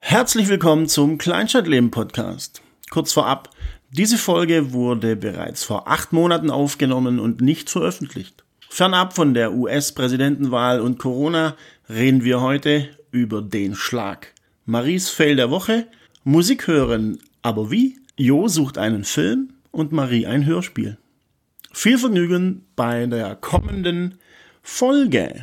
Herzlich willkommen zum Kleinstadtleben-Podcast. Kurz vorab, diese Folge wurde bereits vor 8 Monaten aufgenommen und nicht veröffentlicht. Fernab von der US-Präsidentenwahl und Corona reden wir heute über den Schlag. Maries Fail der Woche, Musik hören, aber wie? Jo sucht einen Film und Marie ein Hörspiel. Viel Vergnügen bei der kommenden Folge.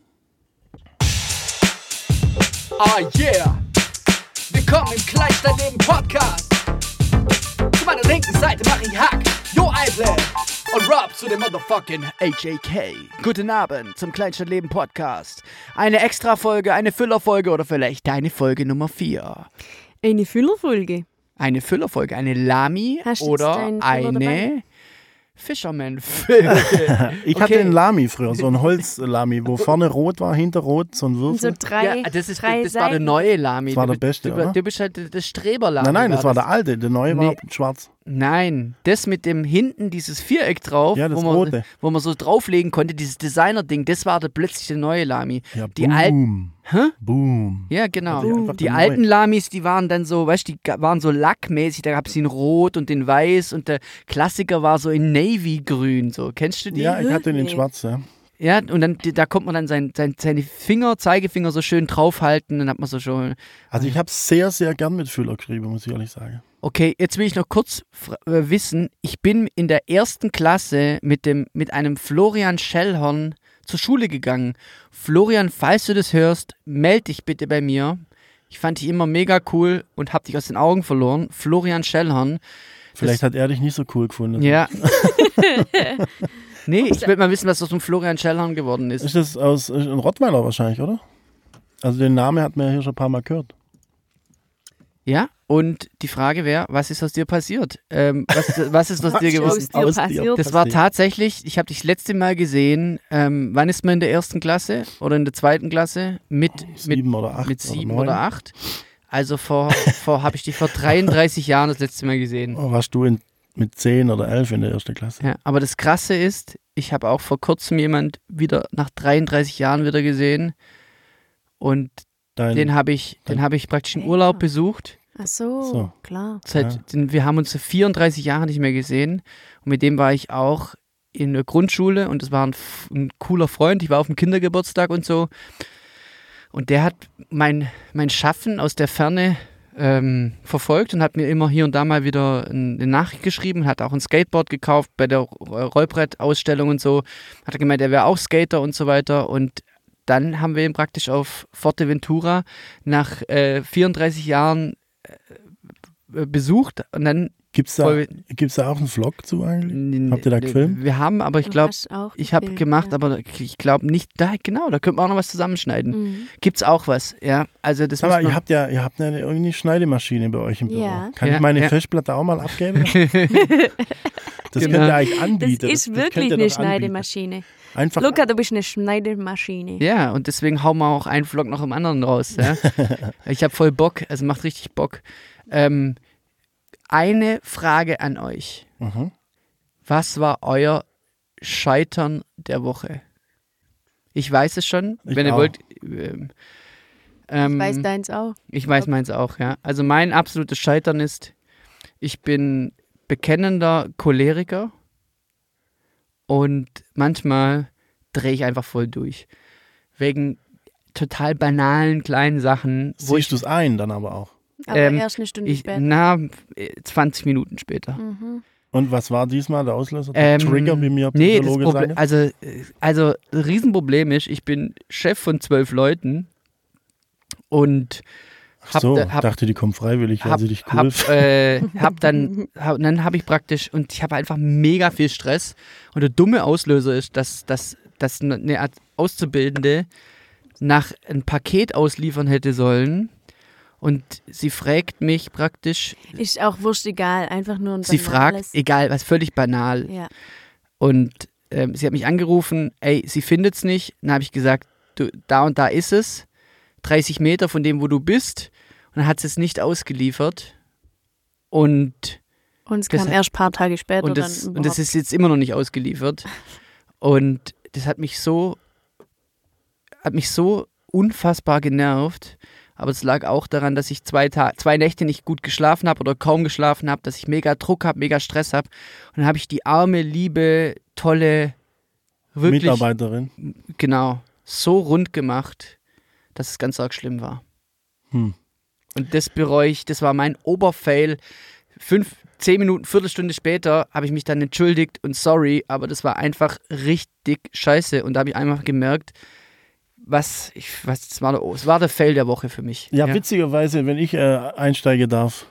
Ah yeah! Willkommen im Kleinstadtleben-Podcast. Zu meiner linken Seite Marie Hack, Jo Eible und Rob zu dem motherfucking HAK. Guten Abend zum Kleinstadtleben-Podcast. Eine Extra-Folge, eine Füllerfolge oder vielleicht deine Folge Nummer 4. Eine Füllerfolge. Eine Füllerfolge, eine Lami Hast du jetzt oder deinen Füller eine dabei? Fisherman-Folge. Ich hatte einen Lami früher, so ein Holzlami, wo vorne rot war, hinter rot, so ein So Würfel. drei, Ja, das war der Seiten. neue Lami. Das war der Du- beste, du, oder? Du bist halt das Streber-Lami. Nein, das war der alte, der neue war Nee. schwarz. Nein, das mit dem hinten, dieses Viereck drauf, Ja, das wo, man, rote. wo man so drauflegen konnte, dieses Designer-Ding, das war plötzlich der neue Lami. Ja, Die alten, boom. Hä? Boom. Ja, genau. Also einfach Die der alten neue. Lamis, die waren dann so, weißt du, die waren so lackmäßig, da gab es den Rot und den Weiß und der Klassiker war so in Navy-Grün, so. Kennst du die? Ja, ich hatte den Nee. schwarz, ja. Ja, und dann, da konnte man dann seine Finger, Zeigefinger so schön draufhalten, dann hat man so schon. Also ich habe sehr, sehr gern mit Füller geschrieben, muss ich ehrlich sagen. Okay, jetzt will ich noch kurz wissen, ich bin in der 1. Klasse mit einem Florian Schellhorn zur Schule gegangen. Florian, falls du das hörst, melde dich bitte bei mir. Ich fand dich immer mega cool und hab dich aus den Augen verloren. Florian Schellhorn. Vielleicht hat er dich nicht so cool gefunden. Ja. Nee, ich will mal wissen, was aus dem Florian Schellhorn geworden ist. Ist das aus ein Rottweiler wahrscheinlich, oder? Also den Namen hat man ja hier schon ein paar Mal gehört. Ja, und die Frage wäre, was ist aus dir passiert? Was ist aus dir geworden? ist dir passiert? Das war tatsächlich, ich habe dich das letzte Mal gesehen, wann ist man in der 1. Klasse oder in der 2. Klasse? Mit 7 oder 8 mit 7 9. oder 8. Also habe ich dich vor 33 Jahren das letzte Mal gesehen. Oh, warst du mit 10 oder 11 in der 1. Klasse? Ja, aber das Krasse ist, ich habe auch vor kurzem jemand wieder nach 33 Jahren wieder gesehen und den habe ich praktisch im Urlaub besucht. Ach so, So. klar. Wir haben uns seit 34 Jahren nicht mehr gesehen und mit dem war ich auch in der Grundschule und das war ein cooler Freund. Ich war auf dem Kindergeburtstag und so und der hat mein Schaffen aus der Ferne verfolgt und hat mir immer hier und da mal wieder eine Nachricht geschrieben, hat auch ein Skateboard gekauft bei der Rollbrettausstellung und so, hat er gemeint, er wäre auch Skater und so weiter und dann haben wir ihn praktisch auf Forteventura nach 34 Jahren besucht und dann Gibt's da auch einen Vlog zu eigentlich? Habt ihr da gefilmt? Wir haben, aber ich Du glaube, hast auch ich habe gefilmt, gemacht, ja. aber ich glaube nicht, da könnte man auch noch was zusammenschneiden. Gibt's auch was, ja, also das Aber muss ihr habt ja eine Schneidemaschine bei euch im Büro. Ja. Kann Ja, ich meine ja. Festplatte auch mal abgeben? Das Genau. könnt ihr eigentlich anbieten. Das ist könnt wirklich ihr eine doch anbieten. Schneidemaschine. Einfach Luca, du bist eine Schneidemaschine. Ja, und deswegen hauen wir auch einen Vlog nach dem anderen raus. Ja? Ich habe voll Bock, also macht richtig Bock. Eine Frage an euch. Mhm. Was war euer Scheitern der Woche? Ich weiß es schon, Ich wenn ihr auch. wollt. Ich weiß deins auch. Ich weiß meins auch, ja. Also mein absolutes Scheitern ist, ich bin bekennender Choleriker und manchmal drehe ich einfach voll durch. Wegen total banalen kleinen Sachen, wo siehst du es ein, dann aber auch. Aber erst eine Stunde später. 20 Minuten später. Und was war diesmal der Auslöser? Der Trigger, wie mir Nee, das Psychologe Problem, sagen? also ein Riesenproblem ist, ich bin Chef von 12 Leuten und Dachte, die kommen freiwillig, weil sie dich cool dann habe ich praktisch, und ich habe einfach mega viel Stress. Und der dumme Auslöser ist, dass eine Art Auszubildende nach ein Paket ausliefern hätte sollen. Und sie fragt mich praktisch, Ist auch wurscht, egal. Einfach nur ein sie fragt, banales. egal, was völlig banal. Ja. Und sie hat mich angerufen, ey, sie findet es nicht. Dann habe ich gesagt, du, da und da ist es. 30 Meter von dem, wo du bist. Und dann hat sie es nicht ausgeliefert. Und Und es kam erst ein paar Tage später. Und das ist jetzt immer noch nicht ausgeliefert. Und das hat mich so unfassbar genervt. aber es lag auch daran, dass ich 2 Nächte nicht gut geschlafen habe oder kaum geschlafen habe, dass ich mega Druck habe, mega Stress habe. Und dann habe ich die arme, liebe, tolle, wirklich, Mitarbeiterin. Genau, so rund gemacht, dass es ganz arg schlimm war. Und das bereue ich, das war mein Oberfail. 10 Minuten, Viertelstunde später habe ich mich dann entschuldigt und sorry, aber das war einfach richtig scheiße. Und da habe ich einfach gemerkt, es war der Fail der Woche für mich. Ja, witzigerweise, wenn ich einsteigen darf,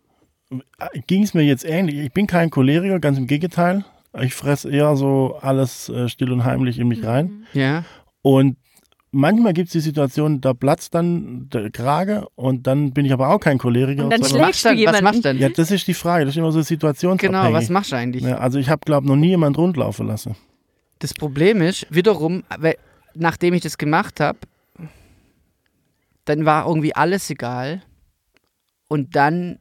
ging es mir jetzt ähnlich. Ich bin kein Choleriker, ganz im Gegenteil. Ich fresse eher so alles still und heimlich in mich rein. Ja. Und manchmal gibt es die Situation, da platzt dann der Krage und dann bin ich aber auch kein Choleriker. Und dann schlägst du jemanden. Was machst du denn? Ja, das ist die Frage. Das ist immer so situationsabhängig. Genau, was machst du eigentlich? Ja, also ich habe, glaube ich, noch nie jemanden rundlaufen lassen. Das Problem ist, wiederum, nachdem ich das gemacht habe, dann war irgendwie alles egal und dann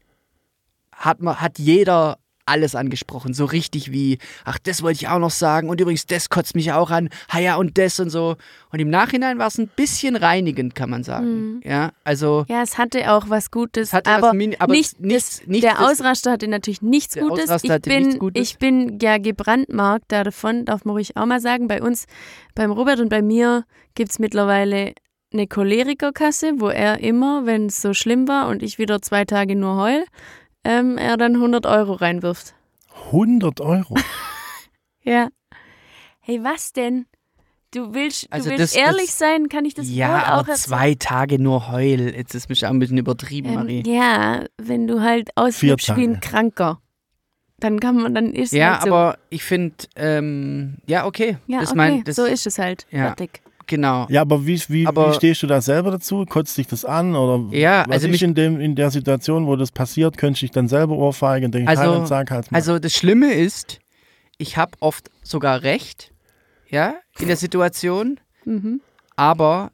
hat jeder alles angesprochen, so richtig wie, ach, das wollte ich auch noch sagen und übrigens, das kotzt mich auch an, ja und das und so. Und im Nachhinein war es ein bisschen reinigend, kann man sagen. Ja, also... Ja, es hatte auch was Gutes, aber nicht der Ausraster hatte natürlich nichts Gutes. Ich bin ja gebrandmarkt davon, darf man ruhig auch mal sagen. Bei uns, beim Robert und bei mir gibt es mittlerweile eine Cholerikerkasse, wo er immer, wenn es so schlimm war und ich wieder 2 Tage nur heul, er dann 100 € reinwirft. 100 €? Ja. Hey, was denn? Du willst ehrlich sein, kann ich das wohl auch aber 2 Tage nur heul. Jetzt ist mich auch ein bisschen übertrieben, Marie. Ja, wenn du halt ausflippst wie ein Kranker, dann ist es halt so. Ja, aber ich finde, okay. Ja, okay, so ist es halt. Ja. Fertig. Genau. Ja, aber wie stehst du da selber dazu? Kotzt dich das an? Oder was ist in der Situation, wo das passiert, könntest du dich dann selber ohrfeigen? Also das Schlimme ist, ich habe oft sogar recht, ja, in der Situation, aber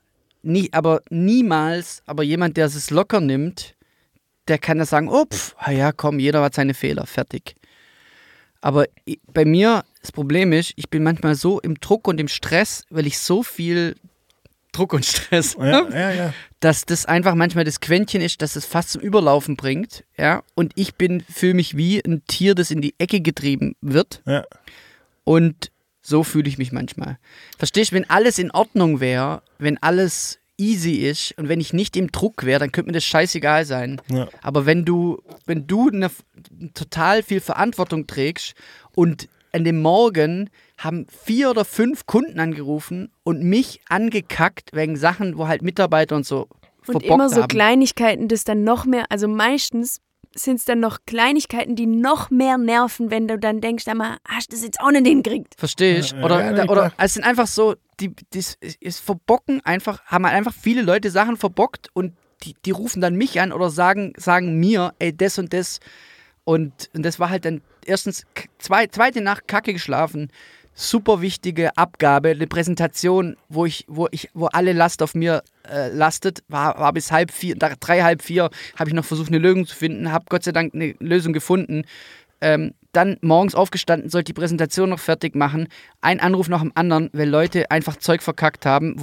niemals, aber jemand, der es locker nimmt, der kann ja sagen, komm, jeder hat seine Fehler, fertig. Aber bei mir, das Problem ist, ich bin manchmal so im Druck und im Stress, weil ich so viel Druck und Stress habe, dass das einfach manchmal das Quäntchen ist, dass es fast zum Überlaufen bringt. Ja? Und ich fühle mich wie ein Tier, das in die Ecke getrieben wird. Ja. Und so fühle ich mich manchmal. Verstehst du, wenn alles in Ordnung wäre, wenn alles easy ist und wenn ich nicht im Druck wäre, dann könnte mir das scheißegal sein. Ja. Aber wenn du total viel Verantwortung trägst und an dem Morgen haben 4 oder 5 Kunden angerufen und mich angekackt wegen Sachen, wo halt Mitarbeiter und so verbockt haben. Und immer so Kleinigkeiten, das dann noch mehr, also meistens sind es dann noch Kleinigkeiten, die noch mehr nerven, wenn du dann denkst, hast du das jetzt auch nicht hingekriegt. Verstehst? Oder es sind einfach so, es verbocken einfach, haben halt einfach viele Leute Sachen verbockt und die rufen dann mich an oder sagen mir, ey, das und das. Und das war halt dann erstens zweite Nacht kacke geschlafen, super wichtige Abgabe, eine Präsentation, wo alle Last auf mir lastet, war bis 3:30, 3:30 habe ich noch versucht, eine Lösung zu finden, habe Gott sei Dank eine Lösung gefunden. Dann morgens aufgestanden, sollte die Präsentation noch fertig machen, ein Anruf nach dem anderen, weil Leute einfach Zeug verkackt haben,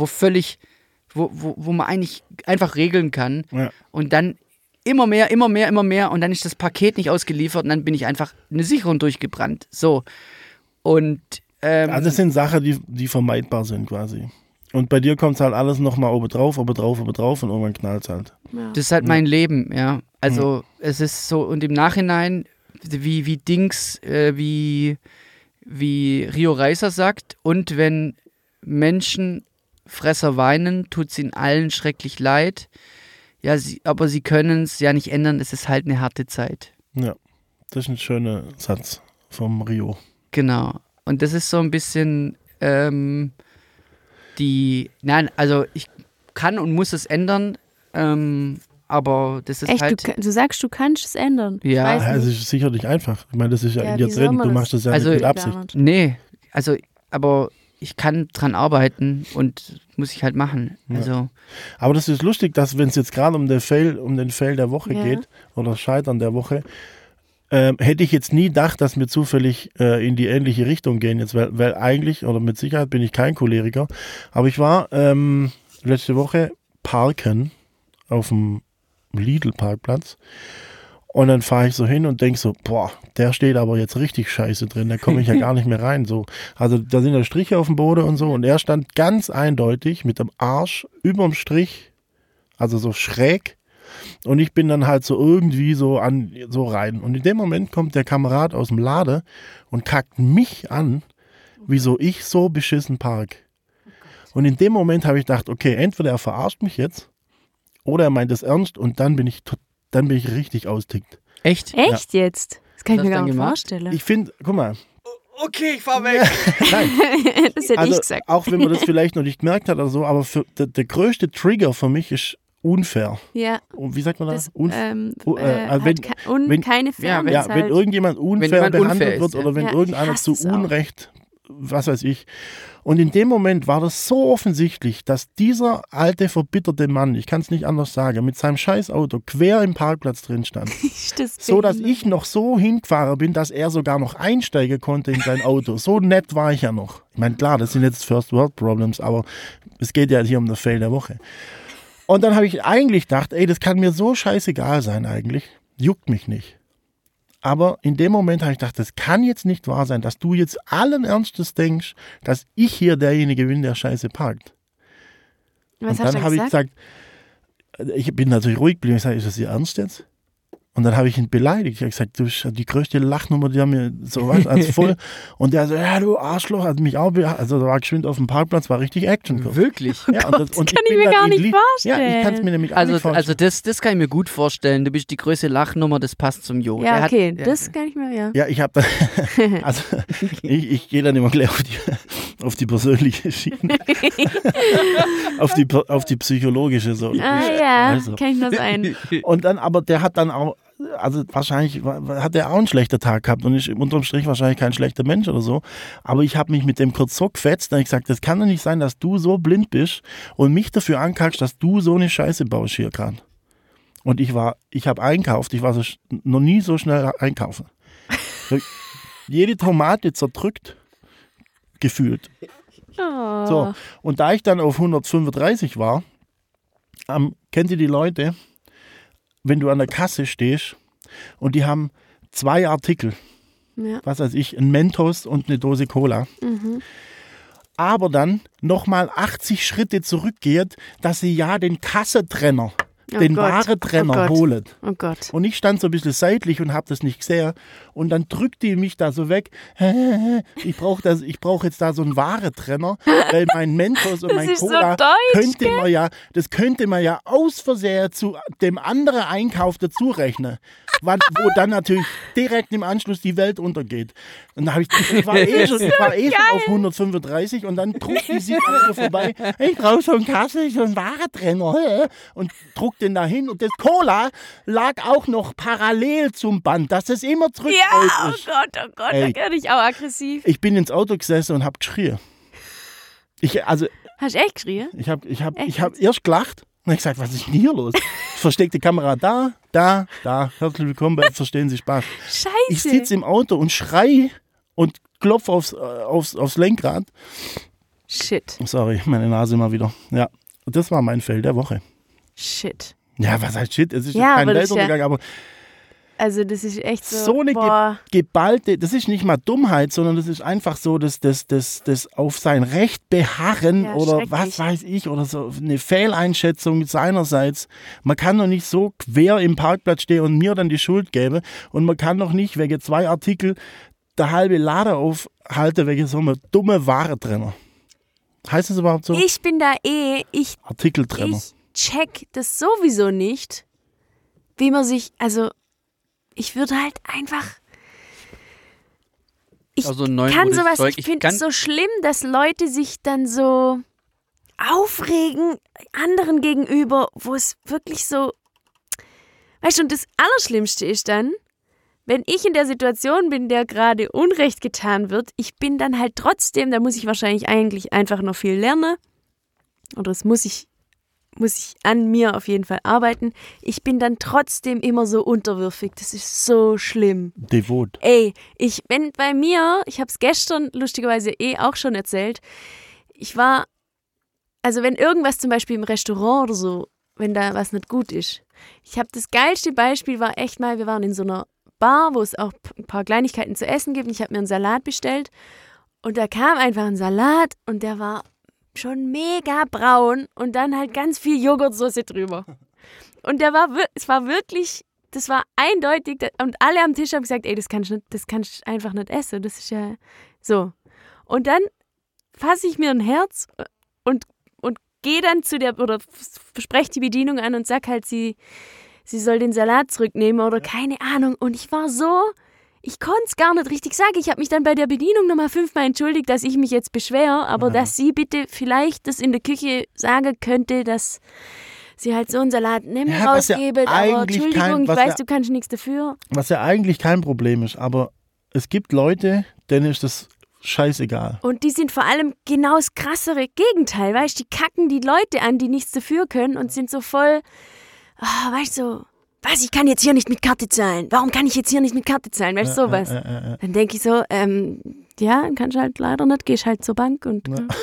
wo man eigentlich einfach regeln kann. Ja. Und dann immer mehr und dann ist das Paket nicht ausgeliefert und dann bin ich einfach eine Sicherung durchgebrannt. So. Und also das sind Sachen, die vermeidbar sind quasi. Und bei dir kommt es halt alles nochmal oben drauf und irgendwann knallt es halt. Ja. Das ist halt mein Leben, ja. Also es ist so, und im Nachhinein, wie Rio Reiser sagt, und wenn Menschenfresser weinen, tut es ihnen allen schrecklich leid. Ja, aber sie können es ja nicht ändern, es ist halt eine harte Zeit. Ja, das ist ein schöner Satz vom Rio. Genau. Und das ist so ein bisschen also ich kann und muss es ändern, aber das ist halt... Du sagst, du kannst es ändern. Ja. Es ist sicherlich einfach. Ich meine, das ist ja in dir drin, du machst das ja nicht mit Absicht. Nee, also, aber ich kann dran arbeiten und muss ich halt machen. Also. Ja. Aber das ist lustig, dass wenn es jetzt gerade um den Fail der Woche geht oder das Scheitern der Woche, hätte ich jetzt nie gedacht, dass wir zufällig in die ähnliche Richtung gehen jetzt, weil eigentlich, oder mit Sicherheit bin ich kein Choleriker, aber ich war letzte Woche parken auf dem Lidl-Parkplatz. Und dann fahre ich so hin und denke so, boah, der steht aber jetzt richtig scheiße drin, da komme ich ja gar nicht mehr rein. So. Also da sind ja Striche auf dem Boden und so und er stand ganz eindeutig mit dem Arsch überm Strich, also so schräg und ich bin dann halt so irgendwie so rein. Und in dem Moment kommt der Kamerad aus dem Laden und kackt mich an, wieso ich so beschissen park. Und in dem Moment habe ich gedacht, okay, entweder er verarscht mich jetzt oder er meint es ernst und dann bin ich richtig austickt. Echt? Echt jetzt? Das kann ich mir gar nicht vorstellen. Ich finde, guck mal. Okay, ich fahr weg. Nein. Das hätte ich gesagt. Auch wenn man das vielleicht noch nicht gemerkt hat oder so, aber der größte Trigger für mich ist unfair. Ja. Und wie sagt man das? Keine Fairness. Ja, wenn irgendjemand unfair behandelt wird oder wenn irgendeiner zu Unrecht, was weiß ich. Und in dem Moment war das so offensichtlich, dass dieser alte, verbitterte Mann, ich kann es nicht anders sagen, mit seinem scheiß Auto quer im Parkplatz drin stand. So, dass ich noch so hingefahren bin, dass er sogar noch einsteigen konnte in sein Auto. So nett war ich ja noch. Ich meine, klar, das sind jetzt First World Problems, aber es geht ja hier um den Fail der Woche. Und dann habe ich eigentlich gedacht, ey, das kann mir so scheißegal sein eigentlich. Juckt mich nicht. Aber in dem Moment habe ich gedacht, das kann jetzt nicht wahr sein, dass du jetzt allen Ernstes denkst, dass ich hier derjenige bin, der scheiße parkt. Was und dann habe ich gesagt, ich bin natürlich ruhig geblieben. Ich sage, ist das Ihr Ernst jetzt? Und dann habe ich ihn beleidigt. Ich habe gesagt, du bist die größte Lachnummer, die haben mir sowas als voll. Und der so, ja, du Arschloch, hat mich auch also da war geschwind auf dem Parkplatz, war richtig Action. Wirklich? Ja, das kann ich mir gar nicht vorstellen. Ja, ich kann es mir nämlich auch nicht vorstellen. Also das kann ich mir gut vorstellen. Du bist die größte Lachnummer, das passt zum Jo. Ja, okay, das kann ich mir, ja. Ja, ich habe also ich gehe dann immer gleich auf die persönliche Schiene. auf die psychologische so. Ja, also. Kann ich nur sein. Und dann, aber der hat dann auch, also wahrscheinlich hat er auch einen schlechten Tag gehabt und ist unterm Strich wahrscheinlich kein schlechter Mensch oder so. Aber ich habe mich mit dem kurz so gefetzt und ich gesagt, das kann doch nicht sein, dass du so blind bist und mich dafür ankackst, dass du so eine Scheiße baust hier gerade. Und ich habe einkauft, ich war noch nie so schnell einkaufen. Jede Tomate zerdrückt, gefühlt. Oh. So, und da ich dann auf 135 war, kennt ihr die Leute, wenn du an der Kasse stehst und die haben 2 Artikel, was weiß ich, ein Mentos und eine Dose Cola, aber dann nochmal 80 Schritte zurückgeht, dass sie ja den Kassentrenner, den Waretrenner holen. Oh Gott. Und ich stand so ein bisschen seitlich und habe das nicht gesehen. Und dann drückt die mich da so weg. Ich brauch jetzt da so einen Waretrenner, weil mein Mentos und mein Cola könnte man ja aus Versehen zu dem anderen Einkauf dazu rechnen. Wo dann natürlich direkt im Anschluss die Welt untergeht. Und da ich war schon auf 135 und dann druckt die sich an mir vorbei. Ich brauche so einen Kasse, so einen Waretrenner. Und druckt den da hin. Und das Cola lag auch noch parallel zum Band, dass es immer zurück ist. Oh Gott, da werde ich auch aggressiv. Ich bin ins Auto gesessen und habe geschrien. Hast du echt geschrien? Ich hab erst gelacht. Und ich gesagt, was ist denn hier los? Versteckte Kamera da. Herzlich willkommen bei Verstehen Sie Spaß. Scheiße. Ich sitze im Auto und schrei und klopfe aufs Lenkrad. Shit. Sorry, meine Nase mal wieder. Ja, das war mein Fail der Woche. Shit. Ja, was heißt Shit? Es ist kein Weltuntergang, aber also das ist echt so eine geballte, das ist nicht mal Dummheit, sondern das ist einfach so das auf sein Recht beharren oder was weiß ich oder so eine Fehleinschätzung seinerseits. Man kann doch nicht so quer im Parkplatz stehen und mir dann die Schuld geben und man kann doch nicht wegen 2 Artikel der halbe Lader aufhalten wegen so einem dummen Waretrenner. Heißt das überhaupt so? Ich bin da Artikeltrenner. Ich check das sowieso nicht, wie man sich, also ich würde halt einfach. Ich finde es so schlimm, dass Leute sich dann so aufregen anderen gegenüber, wo es wirklich so. Weißt du, und das Allerschlimmste ist dann, wenn ich in der Situation bin, der gerade Unrecht getan wird, ich bin dann halt trotzdem, da muss ich wahrscheinlich eigentlich einfach noch viel lernen. Oder das muss ich an mir auf jeden Fall arbeiten. Ich bin dann trotzdem immer so unterwürfig. Das ist so schlimm. Devot. Ey, ich habe es gestern lustigerweise auch schon erzählt, wenn irgendwas zum Beispiel im Restaurant oder so wenn da was nicht gut ist. Ich habe das geilste Beispiel war echt mal, wir waren in so einer Bar, wo es auch ein paar Kleinigkeiten zu essen gibt. Und ich habe mir einen Salat bestellt und da kam einfach ein Salat und der war schon mega braun und dann halt ganz viel Joghurtsoße drüber. Und es war wirklich, das war eindeutig und alle am Tisch haben gesagt, ey, das kannst du einfach nicht essen. Das ist ja so. Und dann fasse ich mir ein Herz und gehe dann oder spreche die Bedienung an und sag halt, sie soll den Salat zurücknehmen oder keine Ahnung. Und ich war so, ich konnte es gar nicht richtig sagen. Ich habe mich dann bei der Bedienung nochmal 5-mal entschuldigt, dass ich mich jetzt beschwere, aber dass sie bitte vielleicht das in der Küche sagen könnte, dass sie halt so einen Salat nicht mehr rausgeben. Aber Entschuldigung, ich weiß, du kannst nichts dafür. Was ja eigentlich kein Problem ist, aber es gibt Leute, denen ist das scheißegal. Und die sind vor allem genau das krassere Gegenteil, weißt du, die kacken die Leute an, die nichts dafür können und sind so voll, weißt du, so, was, ich kann jetzt hier nicht mit Karte zahlen. Warum kann ich jetzt hier nicht mit Karte zahlen? Weißt du, sowas. Dann denke ich so, ja, kannst halt leider nicht, gehst halt zur Bank und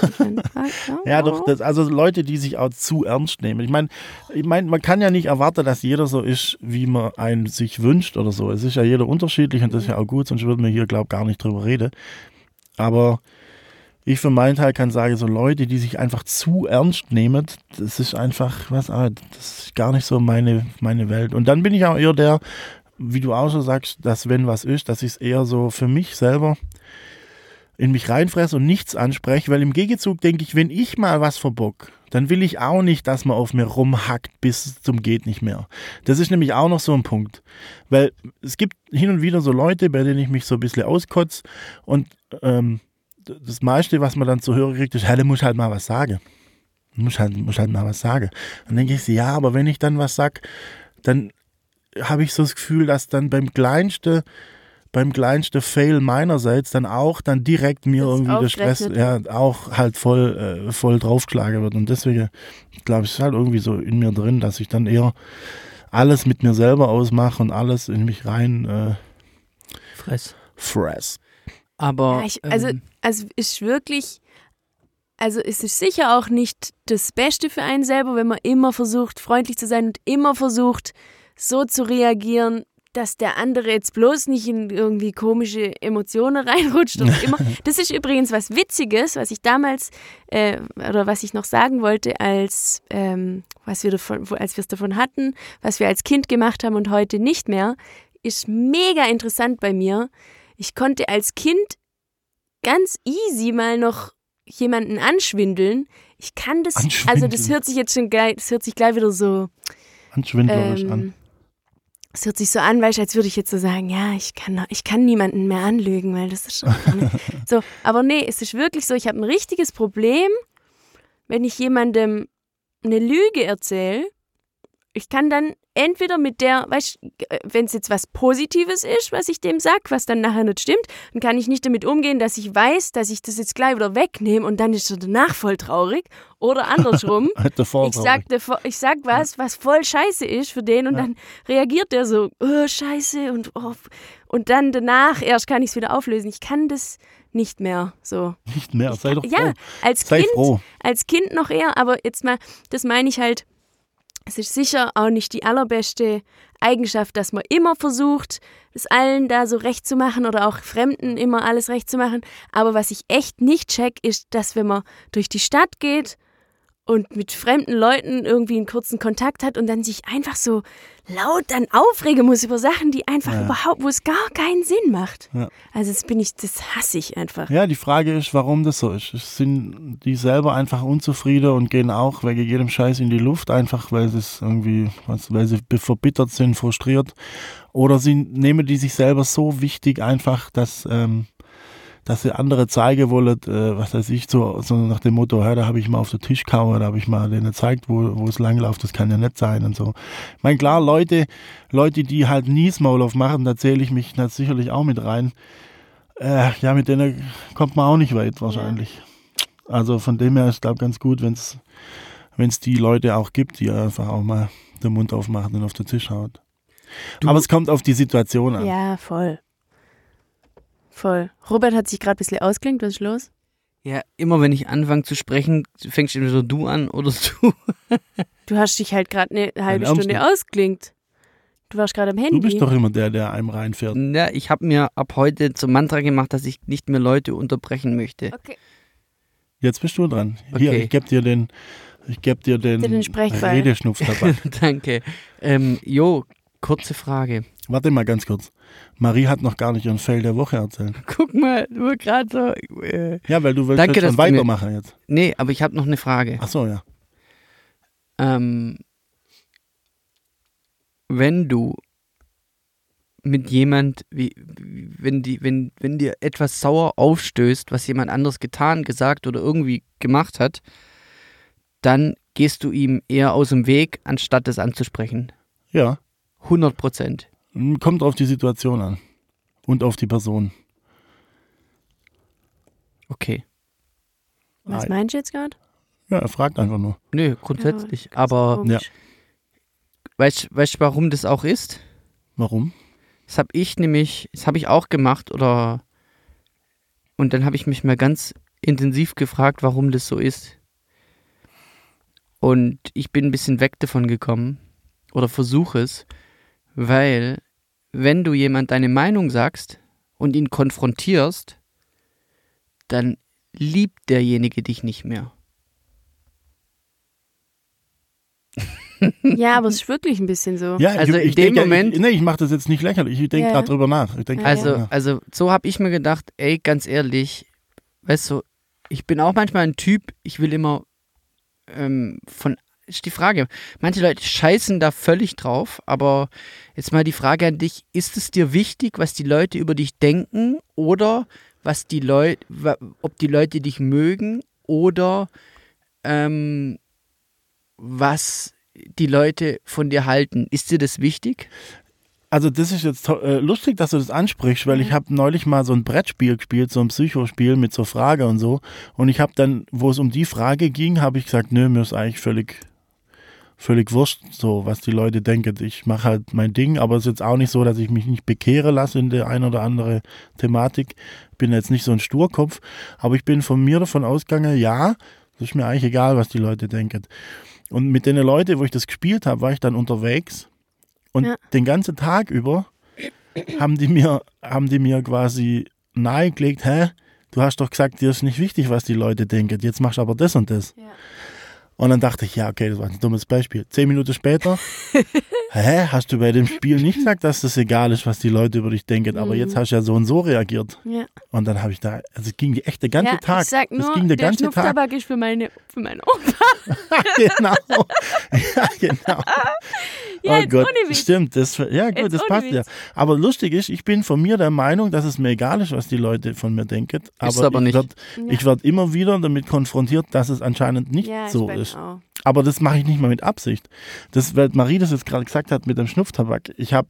ja, doch, also Leute, die sich auch zu ernst nehmen. Ich meine, man kann ja nicht erwarten, dass jeder so ist, wie man einen sich wünscht oder so. Es ist ja jeder unterschiedlich und das ist ja auch gut, sonst würden wir hier, glaube ich, gar nicht drüber reden. Aber ich für meinen Teil kann sagen, so Leute, die sich einfach zu ernst nehmen, das ist einfach, das ist gar nicht so meine Welt. Und dann bin ich auch eher der, wie du auch schon sagst, dass wenn was ist, dass ich es eher so für mich selber in mich reinfresse und nichts anspreche, weil im Gegenzug denke ich, wenn ich mal was verbock, dann will ich auch nicht, dass man auf mir rumhackt bis zum geht nicht mehr. Das ist nämlich auch noch so ein Punkt, weil es gibt hin und wieder so Leute, bei denen ich mich so ein bisschen auskotze und das meiste, was man dann zu hören kriegt, ist, hey, du musst halt mal was sagen. Du musst halt mal was sagen. Dann denke ich so, ja, aber wenn ich dann was sage, dann habe ich so das Gefühl, dass dann beim kleinsten Fail meinerseits dann direkt mir das irgendwie der Stress auch halt voll draufgeschlagen wird. Und deswegen, glaube ich, ist halt irgendwie so in mir drin, dass ich dann eher alles mit mir selber ausmache und alles in mich rein fress. Aber also ist wirklich, also es ist sicher auch nicht das Beste für einen selber, wenn man immer versucht, freundlich zu sein und immer versucht, so zu reagieren, dass der andere jetzt bloß nicht in irgendwie komische Emotionen reinrutscht. Und immer. Das ist übrigens was Witziges, was ich damals, oder was ich noch sagen wollte, als wir es davon hatten, was wir als Kind gemacht haben und heute nicht mehr, ist mega interessant bei mir. Ich konnte als Kind ganz easy mal noch jemanden anschwindeln. Ich kann das, also das hört sich gleich wieder so anschwindlerisch an. Es hört sich so an, weißt du, als würde ich jetzt so sagen, ja, ich kann niemanden mehr anlügen, weil das ist schon so. Aber nee, es ist wirklich so, ich habe ein richtiges Problem, wenn ich jemandem eine Lüge erzähle. Ich kann dann entweder mit der, weißt du, wenn es jetzt was Positives ist, was ich dem sage, was dann nachher nicht stimmt, dann kann ich nicht damit umgehen, dass ich weiß, dass ich das jetzt gleich wieder wegnehme und dann ist er danach voll traurig. Oder andersrum, ich sag was voll scheiße ist für den und dann reagiert der so, oh, scheiße und dann danach erst kann ich es wieder auflösen. Ich kann das nicht mehr so. Nicht mehr, sei doch froh. Ja, als Kind noch eher, aber jetzt mal, das meine ich halt, es ist sicher auch nicht die allerbeste Eigenschaft, dass man immer versucht, es allen da so recht zu machen oder auch Fremden immer alles recht zu machen. Aber was ich echt nicht check, ist, dass wenn man durch die Stadt geht und mit fremden Leuten irgendwie einen kurzen Kontakt hat und dann sich einfach so laut dann aufregen muss über Sachen, die einfach wo es gar keinen Sinn macht. Ja. Also das hasse ich einfach. Ja, die Frage ist, warum das so ist. Sind die selber einfach unzufrieden und gehen auch wegen jedem Scheiß in die Luft, einfach weil sie verbittert sind, frustriert. Oder nehmen die sich selber so wichtig einfach, dass sie andere zeigen wollen, was weiß ich, so nach dem Motto, da habe ich mal auf den Tisch gehauen, da habe ich mal denen gezeigt, wo es langläuft, das kann ja nicht sein und so. Ich meine, klar, Leute, die halt nie Maul aufmachen, da zähle ich mich sicherlich auch mit rein. Mit denen kommt man auch nicht weit wahrscheinlich. Ja. Also von dem her ist es, glaube ich, ganz gut, wenn es die Leute auch gibt, die einfach auch mal den Mund aufmachen und auf den Tisch hauen. Aber es kommt auf die Situation an. Ja, voll. Robert hat sich gerade ein bisschen ausgelenkt, was ist los? Ja, immer wenn ich anfange zu sprechen, fängst du entweder du an oder du. Du hast dich halt gerade eine halbe Stunde ausklingt. Du warst gerade am Handy. Du bist doch immer der einem reinfährt. Ja, ich habe mir ab heute zum Mantra gemacht, dass ich nicht mehr Leute unterbrechen möchte. Okay. Jetzt bist du dran. Hier, Okay. ich gebe dir den Redeschnupftabak. Danke. Kurze Frage. Warte mal ganz kurz. Marie hat noch gar nicht ihren Fail der Woche erzählt. Guck mal, nur gerade so. Ja, weil du willst danke, jetzt schon weitermachen jetzt. Nee, aber ich habe noch eine Frage. Ach so, ja. Wenn du mit jemand, wenn dir etwas sauer aufstößt, was jemand anderes getan, gesagt oder irgendwie gemacht hat, dann gehst du ihm eher aus dem Weg, anstatt es anzusprechen. Ja. 100%. Kommt auf die Situation an. Und auf die Person. Okay. Was meinst du jetzt gerade? Ja, er fragt einfach nur. Nö, grundsätzlich. Ja, aber ja. Weißt du, warum das auch ist? Warum? Das habe ich auch gemacht und dann habe ich mich mal ganz intensiv gefragt, warum das so ist. Und ich bin ein bisschen weg davon gekommen oder versuche es, weil wenn du jemand deine Meinung sagst und ihn konfrontierst, dann liebt derjenige dich nicht mehr. Ja, aber es ist wirklich ein bisschen so. Ja, also in dem Moment. Ich mache das jetzt nicht lächerlich. Ich denke gerade drüber nach. Also so habe ich mir gedacht, ey, ganz ehrlich, weißt du, ich bin auch manchmal ein Typ, ich will immer ist die Frage, manche Leute scheißen da völlig drauf, aber jetzt mal die Frage an dich, ist es dir wichtig, was die Leute über dich denken oder ob die Leute dich mögen oder was die Leute von dir halten? Ist dir das wichtig? Also das ist jetzt lustig, dass du das ansprichst, weil ich habe neulich mal so ein Brettspiel gespielt, so ein Psychospiel mit so Frage und so. Und ich habe dann, wo es um die Frage ging, habe ich gesagt, nö, mir ist eigentlich völlig wurscht, so was die Leute denken. Ich mache halt mein Ding, aber es ist jetzt auch nicht so, dass ich mich nicht bekehre lasse in der ein oder andere Thematik. Ich bin jetzt nicht so ein Sturkopf, aber ich bin von mir davon ausgegangen, ja, es ist mir eigentlich egal, was die Leute denken. Und mit den Leuten, wo ich das gespielt habe, war ich dann unterwegs und den ganzen Tag über haben die mir quasi nahegelegt, du hast doch gesagt, dir ist nicht wichtig, was die Leute denken, jetzt machst du aber das und das. Ja. Und dann dachte ich, ja, okay, das war ein dummes Beispiel. 10 Minuten später, hast du bei dem Spiel nicht gesagt, dass das egal ist, was die Leute über dich denken, aber jetzt hast du ja so und so reagiert. Ja. Und dann habe ich es ging echt der ganze Tag. Ich sag nur, der Schnupftabak ist für meinen Opa. Genau. Ja, genau. Ja, oh Gott, stimmt. Das passt ja. Aber lustig ist, ich bin von mir der Meinung, dass es mir egal ist, was die Leute von mir denken. Aber ich werd immer wieder damit konfrontiert, dass es anscheinend nicht so ist. Auch. Aber das mache ich nicht mal mit Absicht. Weil Marie das jetzt gerade gesagt hat mit dem Schnupftabak. Ich habe,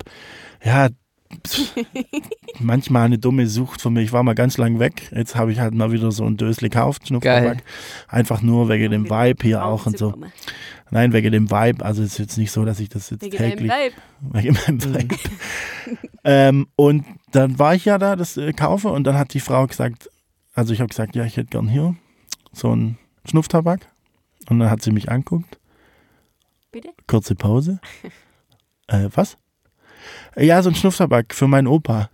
manchmal eine dumme Sucht von mir. Ich war mal ganz lang weg. Jetzt habe ich halt mal wieder so ein Dösli gekauft, Schnupftabak. Geil. Einfach nur wegen dem Vibe hier auch und so. Nein, wegen dem Vibe. Also es ist jetzt nicht so, dass ich das jetzt wegen täglich... Wegen meinem Vibe. Und dann war ich ja da, das kaufe und dann hat die Frau gesagt, also ich habe gesagt, ja, ich hätte gern hier so einen Schnupftabak. Und dann hat sie mich angeguckt. Bitte? Kurze Pause. Was? Ja, so ein Schnupftabak für meinen Opa.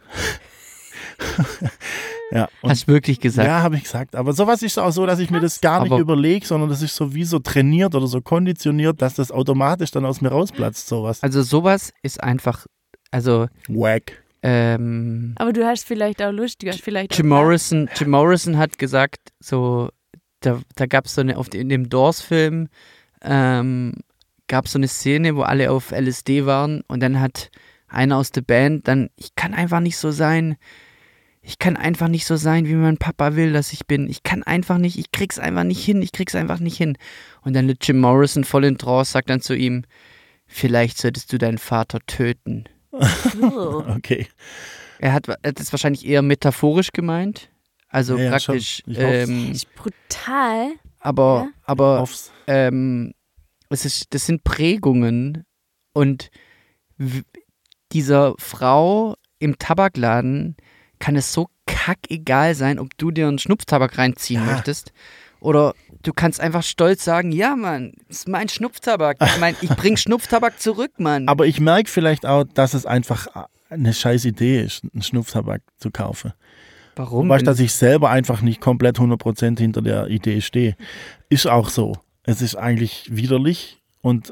Ja, hast du wirklich gesagt? Ja, habe ich gesagt. Aber sowas ist auch so, dass ich mir das gar nicht überlege, sondern das ist so wie so trainiert oder so konditioniert, dass das automatisch dann aus mir rausplatzt, sowas. Also sowas ist einfach, wack. Aber du hast vielleicht auch Lust, Jim Morrison hat gesagt, so, da gab es so in dem Doors-Film, gab es so eine Szene, wo alle auf LSD waren und dann hat einer aus der Band ich kann einfach nicht so sein, wie mein Papa will, dass ich bin. Ich krieg's einfach nicht hin. Und dann Jim Morrison voll in Trance sagt dann zu ihm, vielleicht solltest du deinen Vater töten. Okay. Er hat das wahrscheinlich eher metaphorisch gemeint. Also praktisch. Das ist brutal. Aber das sind Prägungen und dieser Frau im Tabakladen kann es so kackegal sein, ob du dir einen Schnupftabak reinziehen möchtest. Oder du kannst einfach stolz sagen, ja, Mann, das ist mein Schnupftabak. Ich bring Schnupftabak zurück, Mann. Aber ich merke vielleicht auch, dass es einfach eine scheiß Idee ist, einen Schnupftabak zu kaufen. Warum? Weißt du, dass ich selber einfach nicht komplett 100% hinter der Idee stehe. Ist auch so. Es ist eigentlich widerlich und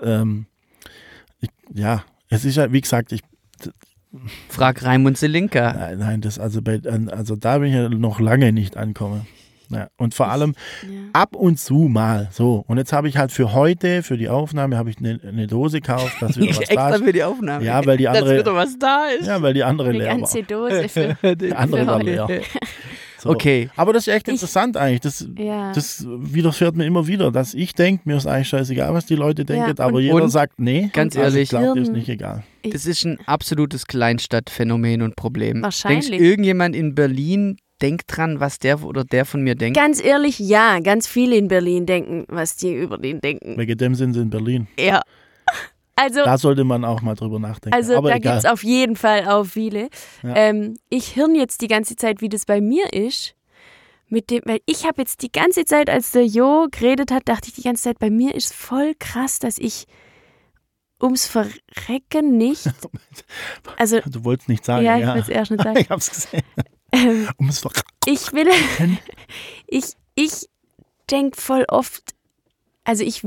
es ist ja, wie gesagt, Frag Raimund Selinka. Nein, also da bin ich ja noch lange nicht angekommen. Ja, und vor allem ab und zu mal so. Und jetzt habe ich halt für heute, für die Aufnahme, habe ich eine Dose gekauft, dass wieder was da ist. Extra für die Aufnahme? Ja, weil die andere... Dass wieder was da ist? Ja, weil die andere leer war. Eine ganze Dose für die andere war leer. So. Okay. Aber das ist echt interessant eigentlich. Das widerfährt mir immer wieder, dass ich denke, mir ist eigentlich scheißegal, was die Leute denken, aber jeder sagt, nee, ganz ehrlich, ich glaube, dir ist nicht egal. Das ist ein absolutes Kleinstadtphänomen und Problem. Wahrscheinlich. Denkst irgendjemand in Berlin denkt dran, was der oder der von mir denkt? Ganz ehrlich, ja. Ganz viele in Berlin denken, was die über den denken. Wegen dem sind sie in Berlin. Ja. Also, da sollte man auch mal drüber nachdenken. Also aber da gibt es auf jeden Fall auch viele. Ja. Ich hirn jetzt die ganze Zeit, wie das bei mir ist. Weil ich habe jetzt die ganze Zeit, als der Jo geredet hat, dachte ich die ganze Zeit, bei mir ist voll krass, dass ich ums Verrecken nicht... Also, du wolltest nicht sagen, ja. Ich wollte es erst nicht sagen. Ich hab's gesehen. Ums Verrecken. Ich denke voll oft... Also ich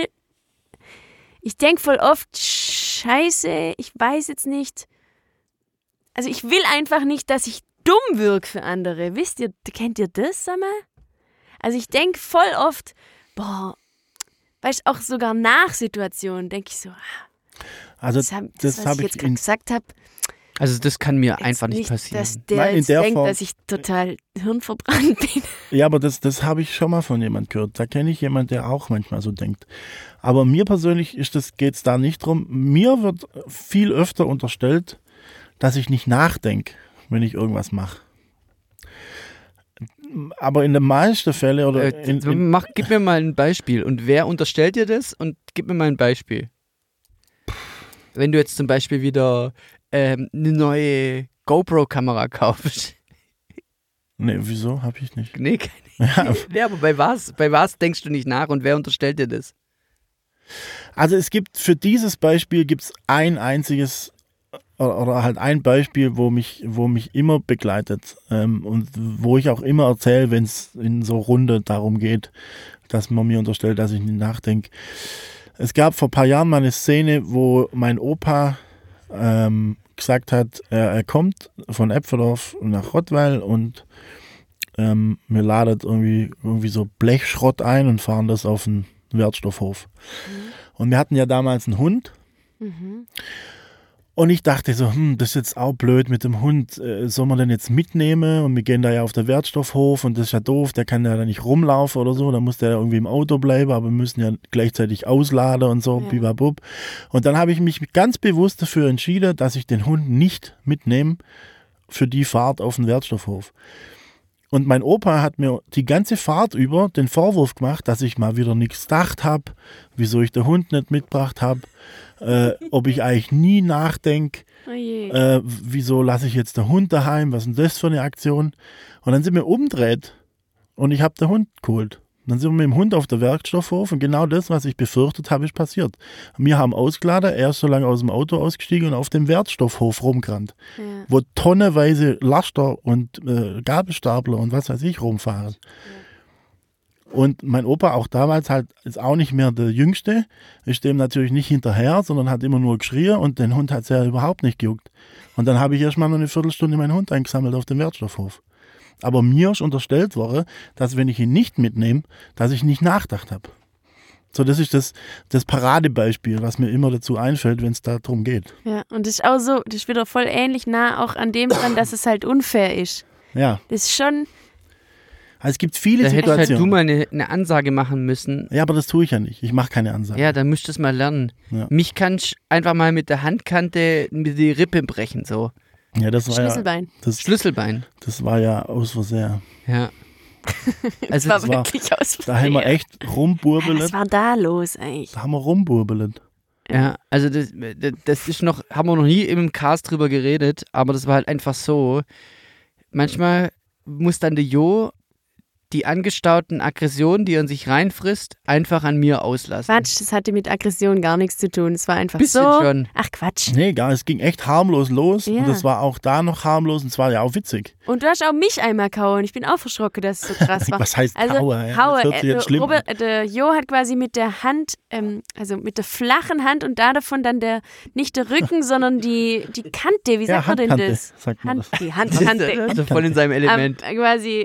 denke voll oft, scheiße, ich weiß jetzt nicht. Also ich will einfach nicht, dass ich dumm wirke für andere. Kennt ihr das, sag mal? Also ich denke voll oft, weißt du, auch sogar nach Situationen denke ich so, also das was ich jetzt gerade gesagt habe. Also das kann mir einfach nicht passieren. Dass der jetzt denkt, dass ich total hirnverbrannt bin. Ja, aber das habe ich schon mal von jemandem gehört. Da kenne ich jemanden, der auch manchmal so denkt. Aber mir persönlich geht es da nicht drum. Mir wird viel öfter unterstellt, dass ich nicht nachdenke, wenn ich irgendwas mache. Aber in den meisten Fällen oder... Gib mir mal ein Beispiel. Und wer unterstellt dir das? Und gib mir mal ein Beispiel. Wenn du jetzt zum Beispiel wieder eine neue GoPro-Kamera kaufst. Nee, wieso? Hab ich nicht. Nee, keine. Ja, aber bei was denkst du nicht nach und wer unterstellt dir das? Also es gibt für dieses Beispiel ein einziges oder halt ein Beispiel, wo mich immer begleitet und wo ich auch immer erzähle, wenn es in so Runde darum geht, dass man mir unterstellt, dass ich nicht nachdenke. Es gab vor ein paar Jahren mal eine Szene, wo mein Opa gesagt hat, er kommt von Äpfeldorf nach Rottweil und wir laden irgendwie so Blechschrott ein und fahren das auf den Wertstoffhof. Und wir hatten ja damals einen Hund. Und ich dachte so, das ist jetzt auch blöd mit dem Hund. Soll man den jetzt mitnehmen? Und wir gehen da ja auf den Wertstoffhof und das ist ja doof, der kann ja da nicht rumlaufen oder so. Da muss der irgendwie im Auto bleiben, aber wir müssen ja gleichzeitig ausladen und so, bibabub. Und dann habe ich mich ganz bewusst dafür entschieden, dass ich den Hund nicht mitnehme für die Fahrt auf den Wertstoffhof. Und mein Opa hat mir die ganze Fahrt über den Vorwurf gemacht, dass ich mal wieder nichts gedacht habe, wieso ich den Hund nicht mitgebracht habe, ob ich eigentlich nie nachdenke, wieso lasse ich jetzt den Hund daheim, was ist denn das für eine Aktion? Und dann sind wir umgedreht und ich habe den Hund geholt. Dann sind wir mit dem Hund auf der Werkstoffhof und genau das, was ich befürchtet habe, ist passiert. Wir haben ausgeladen, er ist so lange aus dem Auto ausgestiegen und auf dem Werkstoffhof rumgerannt, wo tonnenweise Laster und Gabelstapler und was weiß ich rumfahren. Und mein Opa auch damals halt ist auch nicht mehr der Jüngste, ist dem natürlich nicht hinterher, sondern hat immer nur geschrien und den Hund hat es ja überhaupt nicht gejuckt. Und dann habe ich erst mal noch eine Viertelstunde meinen Hund eingesammelt auf dem Wertstoffhof. Aber mir ist unterstellt worden, dass wenn ich ihn nicht mitnehme, dass ich nicht nachgedacht habe. So, das ist das Paradebeispiel, was mir immer dazu einfällt, wenn es darum geht. Ja, und das ist auch so, das ist wieder voll ähnlich nah auch an dem dran, dass es halt unfair ist. Ja. Das ist schon... Also es gibt viele Situationen. Da hättest halt du mal eine Ansage machen müssen. Ja, aber das tue ich ja nicht. Ich mache keine Ansage. Ja, dann müsstest du es mal lernen. Ja. Mich kannst du einfach mal mit der Handkante mit die Rippe brechen, so. Ja, das war Schlüsselbein. Schlüsselbein. Das war ja aus Versehen. Ja. Also das war wirklich aus Versehen. Da haben wir echt rumburbelt. Was war da los eigentlich? Da haben wir rumburbelt. Ja, also das ist noch, haben wir noch nie im Cast drüber geredet, aber das war halt einfach so, manchmal muss dann der Jo die angestauten Aggressionen, die er in sich reinfrisst, einfach an mir auslassen. Quatsch, das hatte mit Aggression gar nichts zu tun. Es war einfach bisschen so. Schon. Ach Quatsch. Nee, gar, es ging echt harmlos los und das war auch da noch harmlos und es war ja auch witzig. Und du hast auch mich einmal kauen. Ich bin auch verschrocken, dass es so krass war. Was heißt also, Kaue? Ja, das hört sich jetzt schlimm an. Der Jo hat quasi mit der Hand, also mit der flachen Hand und davon dann nicht der Rücken, sondern die Kante. Wie sagt man denn das? Sagt man die Handkante. Also voll in seinem Element. Quasi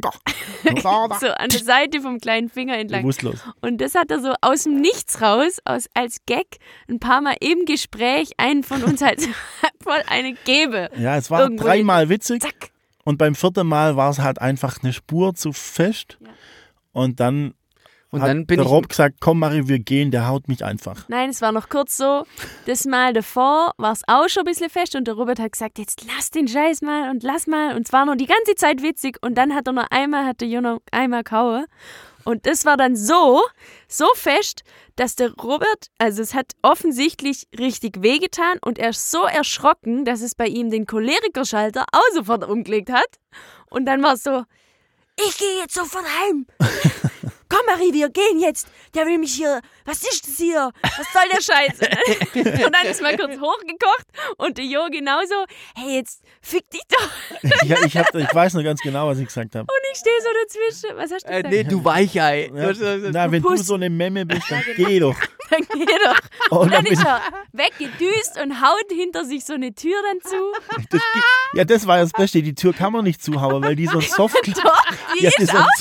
so an der Seite vom kleinen Finger entlang. Bewusstlos. Und das hat er so aus dem Nichts raus, als Gag, ein paar Mal im Gespräch einen von uns halt voll eine Gebe. Ja, es war irgendwo 3-mal witzig. Zack. Und beim 4. Mal war es halt einfach eine Spur zu fest. Ja. Und dann hat der Rob gesagt, komm Marie, wir gehen, der haut mich einfach. Nein, es war noch kurz so, das Mal davor war es auch schon ein bisschen fest und der Robert hat gesagt, jetzt lass den Scheiß mal und lass mal. Und es war noch die ganze Zeit witzig und dann hat der Jono einmal kauen. Und das war dann so fest, dass der Robert, also es hat offensichtlich richtig wehgetan und er ist so erschrocken, dass es bei ihm den Cholerikerschalter auch sofort umgelegt hat. Und dann war es so, ich gehe jetzt sofort heim. Komm Marie, wir gehen jetzt. Der will mich hier, was ist das hier? Was soll der Scheiß? Und dann ist mal kurz hochgekocht und der Jo genauso, hey, jetzt fick dich doch. Ich weiß noch ganz genau, was ich gesagt habe. Und ich stehe so dazwischen. Was hast du gesagt? Nee, du Weichei. Ja. Na, wenn du so eine Memme bist, dann geh doch. Dann geh doch. Und dann ist er weggedüst und haut hinter sich so eine Tür dann zu. Das war das Beste. Die Tür kann man nicht zuhauen, weil die so ein Softclose. Die ist auch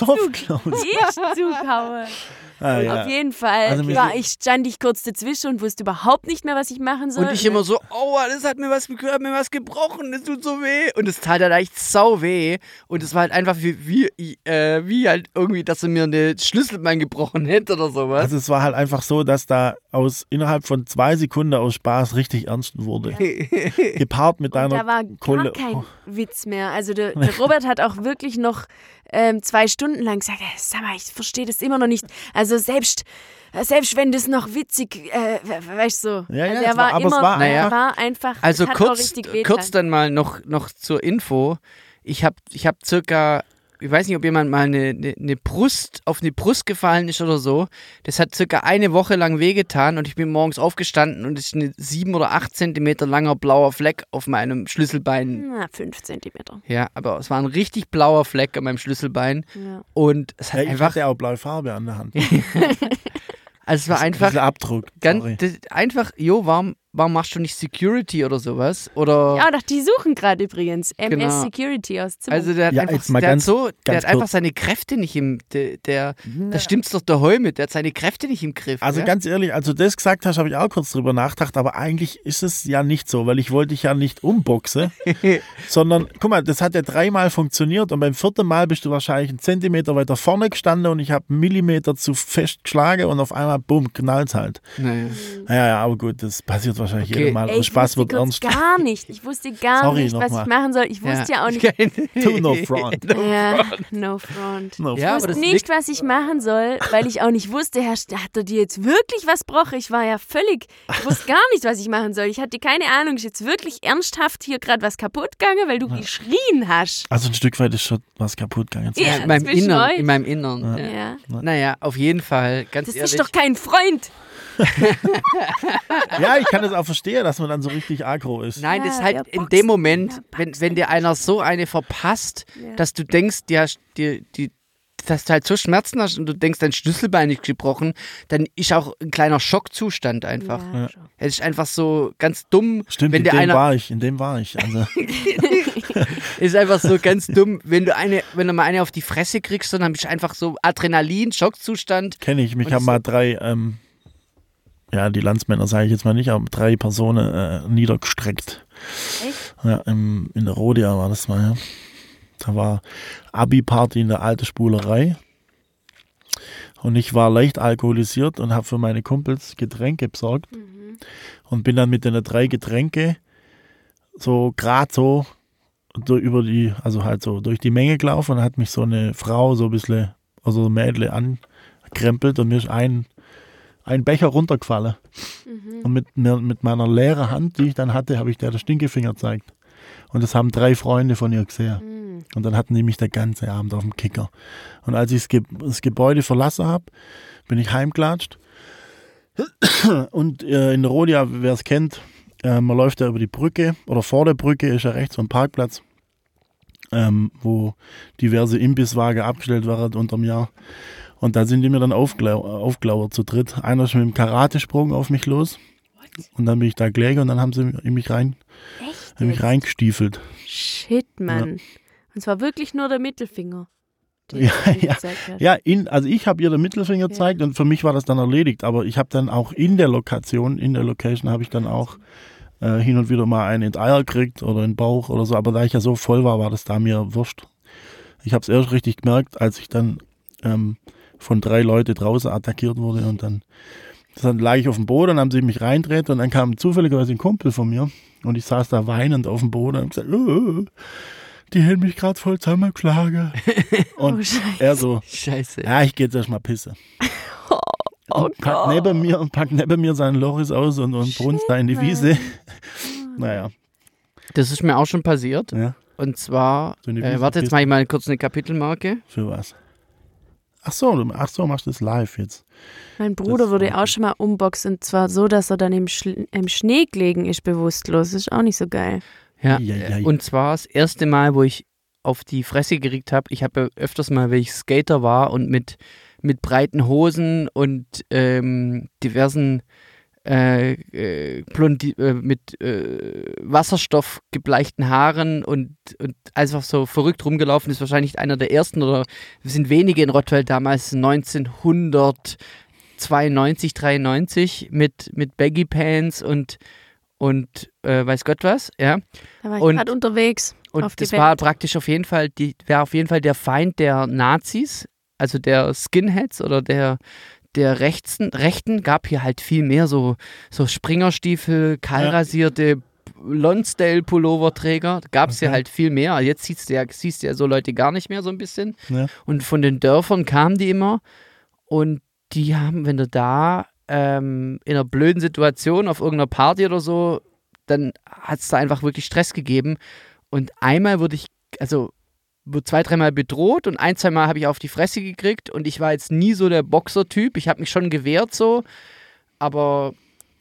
zuhauen. Auf jeden Fall stand ich kurz dazwischen und wusste überhaupt nicht mehr, was ich machen soll. Und ich immer so, aua, das hat mir was gebrochen, das tut so weh. Und es tat halt echt sau weh. Und es war halt einfach wie halt irgendwie, dass er mir eine Schlüsselbein gebrochen hätte oder sowas. Also es war halt einfach so, dass da innerhalb von 2 Sekunden aus Spaß richtig ernst wurde. Gepaart mit deiner da war Kohle. Gar kein Witz mehr. Also der Robert hat auch wirklich noch 2 Stunden lang gesagt, sag mal, ich verstehe das immer noch nicht. Also selbst wenn das noch witzig, weißt du, so. Ja, also er war einfach, also hat kurz dann mal noch zur Info. Ich hab circa, ich weiß nicht, ob jemand mal eine Brust auf eine Brust gefallen ist oder so. Das hat circa eine Woche lang wehgetan und ich bin morgens aufgestanden und es ist ein 7 oder 8 Zentimeter langer blauer Fleck auf meinem Schlüsselbein. Na, 5 Zentimeter. Ja, aber es war ein richtig blauer Fleck an meinem Schlüsselbein. Ja. Und es hat ich einfach. hatte auch blaue Farbe an der Hand. Also es war einfach. Ein Abdruck. Einfach, warum machst du nicht Security oder sowas? Oder ja, doch, die suchen gerade übrigens MS genau. Security aus Zimmer. Also der hat einfach seine Kräfte nicht da stimmt's doch daheim mit, der hat seine Kräfte nicht im Griff. Also ganz ehrlich, als du das gesagt hast, habe ich auch kurz drüber nachgedacht, aber eigentlich ist es ja nicht so, weil ich wollte dich ja nicht umboxen, sondern, guck mal, das hat ja 3-mal funktioniert und beim 4. Mal bist du wahrscheinlich 1 Zentimeter weiter vorne gestanden und ich habe 1 Millimeter zu fest geschlagen und auf einmal, bumm, knallt's halt. Naja. Ja, aber gut, das passiert wahrscheinlich jedes Mal. Und Spaß wird ernst. Gar nicht. Ich wusste gar nicht, was ich machen soll. Ich wusste ja auch nicht. No front. No front. Ich wusste nicht, was ich machen soll, weil ich auch nicht wusste, hat er dir jetzt wirklich was gebrochen? Ich war ja völlig, ich wusste gar nicht, was ich machen soll. Ich hatte keine Ahnung, ist jetzt wirklich ernsthaft hier gerade was kaputt gegangen, weil du geschrien hast. Also ein Stück weit ist schon was kaputt gegangen. Ja, in meinem Innern. Ja. Naja, auf jeden Fall, ganz ehrlich. Das ist doch kein Freund. Ja, ich kann das auch verstehen, dass man dann so richtig aggro ist. Nein, das ist halt in dem Moment, wenn dir einer so eine verpasst, dass du denkst, dass du halt so Schmerzen hast und du denkst, dein Schlüsselbein ist gebrochen, dann ist auch ein kleiner Schockzustand einfach. Ja. Es ist einfach so ganz dumm. Stimmt, in dem war ich. Also. Ist einfach so ganz dumm, wenn du mal eine auf die Fresse kriegst, dann bist du einfach so Adrenalin, Schockzustand. Kenne ich, mich haben mal 3 die Landsmänner sage ich jetzt mal nicht, aber 3 Personen niedergestreckt. Echt? Ja, in der Rodia war das mal, ja. Da war Abi-Party in der alten Spulerei und ich war leicht alkoholisiert und habe für meine Kumpels Getränke besorgt und bin dann mit den 3 Getränke so gerade so durch die Menge gelaufen und hat mich so eine Frau so ein bisschen, also ein Mädle angekrempelt und mir ist ein Becher runtergefallen. Und mit meiner leeren Hand, die ich dann hatte, habe ich der Stinkefinger gezeigt. Und das haben 3 Freunde von ihr gesehen. Und dann hatten die mich der ganze Abend auf dem Kicker. Und als ich das Gebäude verlassen habe, bin ich heimgelatscht. Und in der Rodia, wer es kennt, man läuft ja über die Brücke oder vor der Brücke ist ja rechts so ein Parkplatz, wo diverse Imbisswagen abgestellt werden unterm Jahr. Und da sind die mir dann aufgelauert zu dritt. Einer ist mit dem Karatesprung auf mich los. What? Und dann bin ich da gelegen und dann haben sie mich reingestiefelt. Shit, Mann. Ja. Und zwar wirklich nur der Mittelfinger. Ja, also ich habe ihr den Mittelfinger gezeigt und für mich war das dann erledigt. Aber ich habe dann auch in der Location habe ich dann auch hin und wieder mal einen in die Eier gekriegt oder in den Bauch oder so. Aber da ich ja so voll war das da mir wurscht. Ich habe es erst richtig gemerkt, als ich dann von 3 Leuten draußen attackiert wurde und dann lag ich auf dem Boden, dann haben sie mich reindreht und dann kam zufälligerweise ein Kumpel von mir und ich saß da weinend auf dem Boden und hab gesagt, die hätten mich gerade voll zusammengeschlagen. Und er so, Scheiße. Ja, ich geh jetzt erstmal pissen. Packt neben mir seinen Loris aus und brunst da in die Wiese. Naja. Das ist mir auch schon passiert. Ja. Und zwar, warte, jetzt mache ich mal kurz eine Kapitelmarke. Für was? Ach so, machst du das live jetzt. Mein Bruder wurde auch schon mal umboxt und zwar so, dass er dann im Schnee gelegen ist, bewusstlos. Das ist auch nicht so geil. Ja, und zwar das erste Mal, wo ich auf die Fresse gekriegt habe. Ich habe ja öfters mal, wenn ich Skater war und mit breiten Hosen und diversen mit Wasserstoff gebleichten Haaren und einfach so verrückt rumgelaufen ist, wahrscheinlich einer der ersten oder wir sind wenige in Rottweil damals 1992, 93 mit Baggy Pants und weiß Gott was, ja. Da war ich gerade unterwegs. Und das war praktisch auf jeden Fall der Feind der Nazis, also der Skinheads oder der Rechten gab hier halt viel mehr so Springerstiefel, kahlrasierte Lonsdale-Pulloverträger, gab es hier halt viel mehr. Jetzt siehst du ja so Leute gar nicht mehr so ein bisschen. Ja. Und von den Dörfern kamen die immer und die haben, wenn du da in einer blöden Situation auf irgendeiner Party oder so, dann hat es da einfach wirklich Stress gegeben. Und einmal wurde 2-3 Mal bedroht und 1-2 Mal habe ich auf die Fresse gekriegt und ich war jetzt nie so der Boxer-Typ. Ich habe mich schon gewehrt so, aber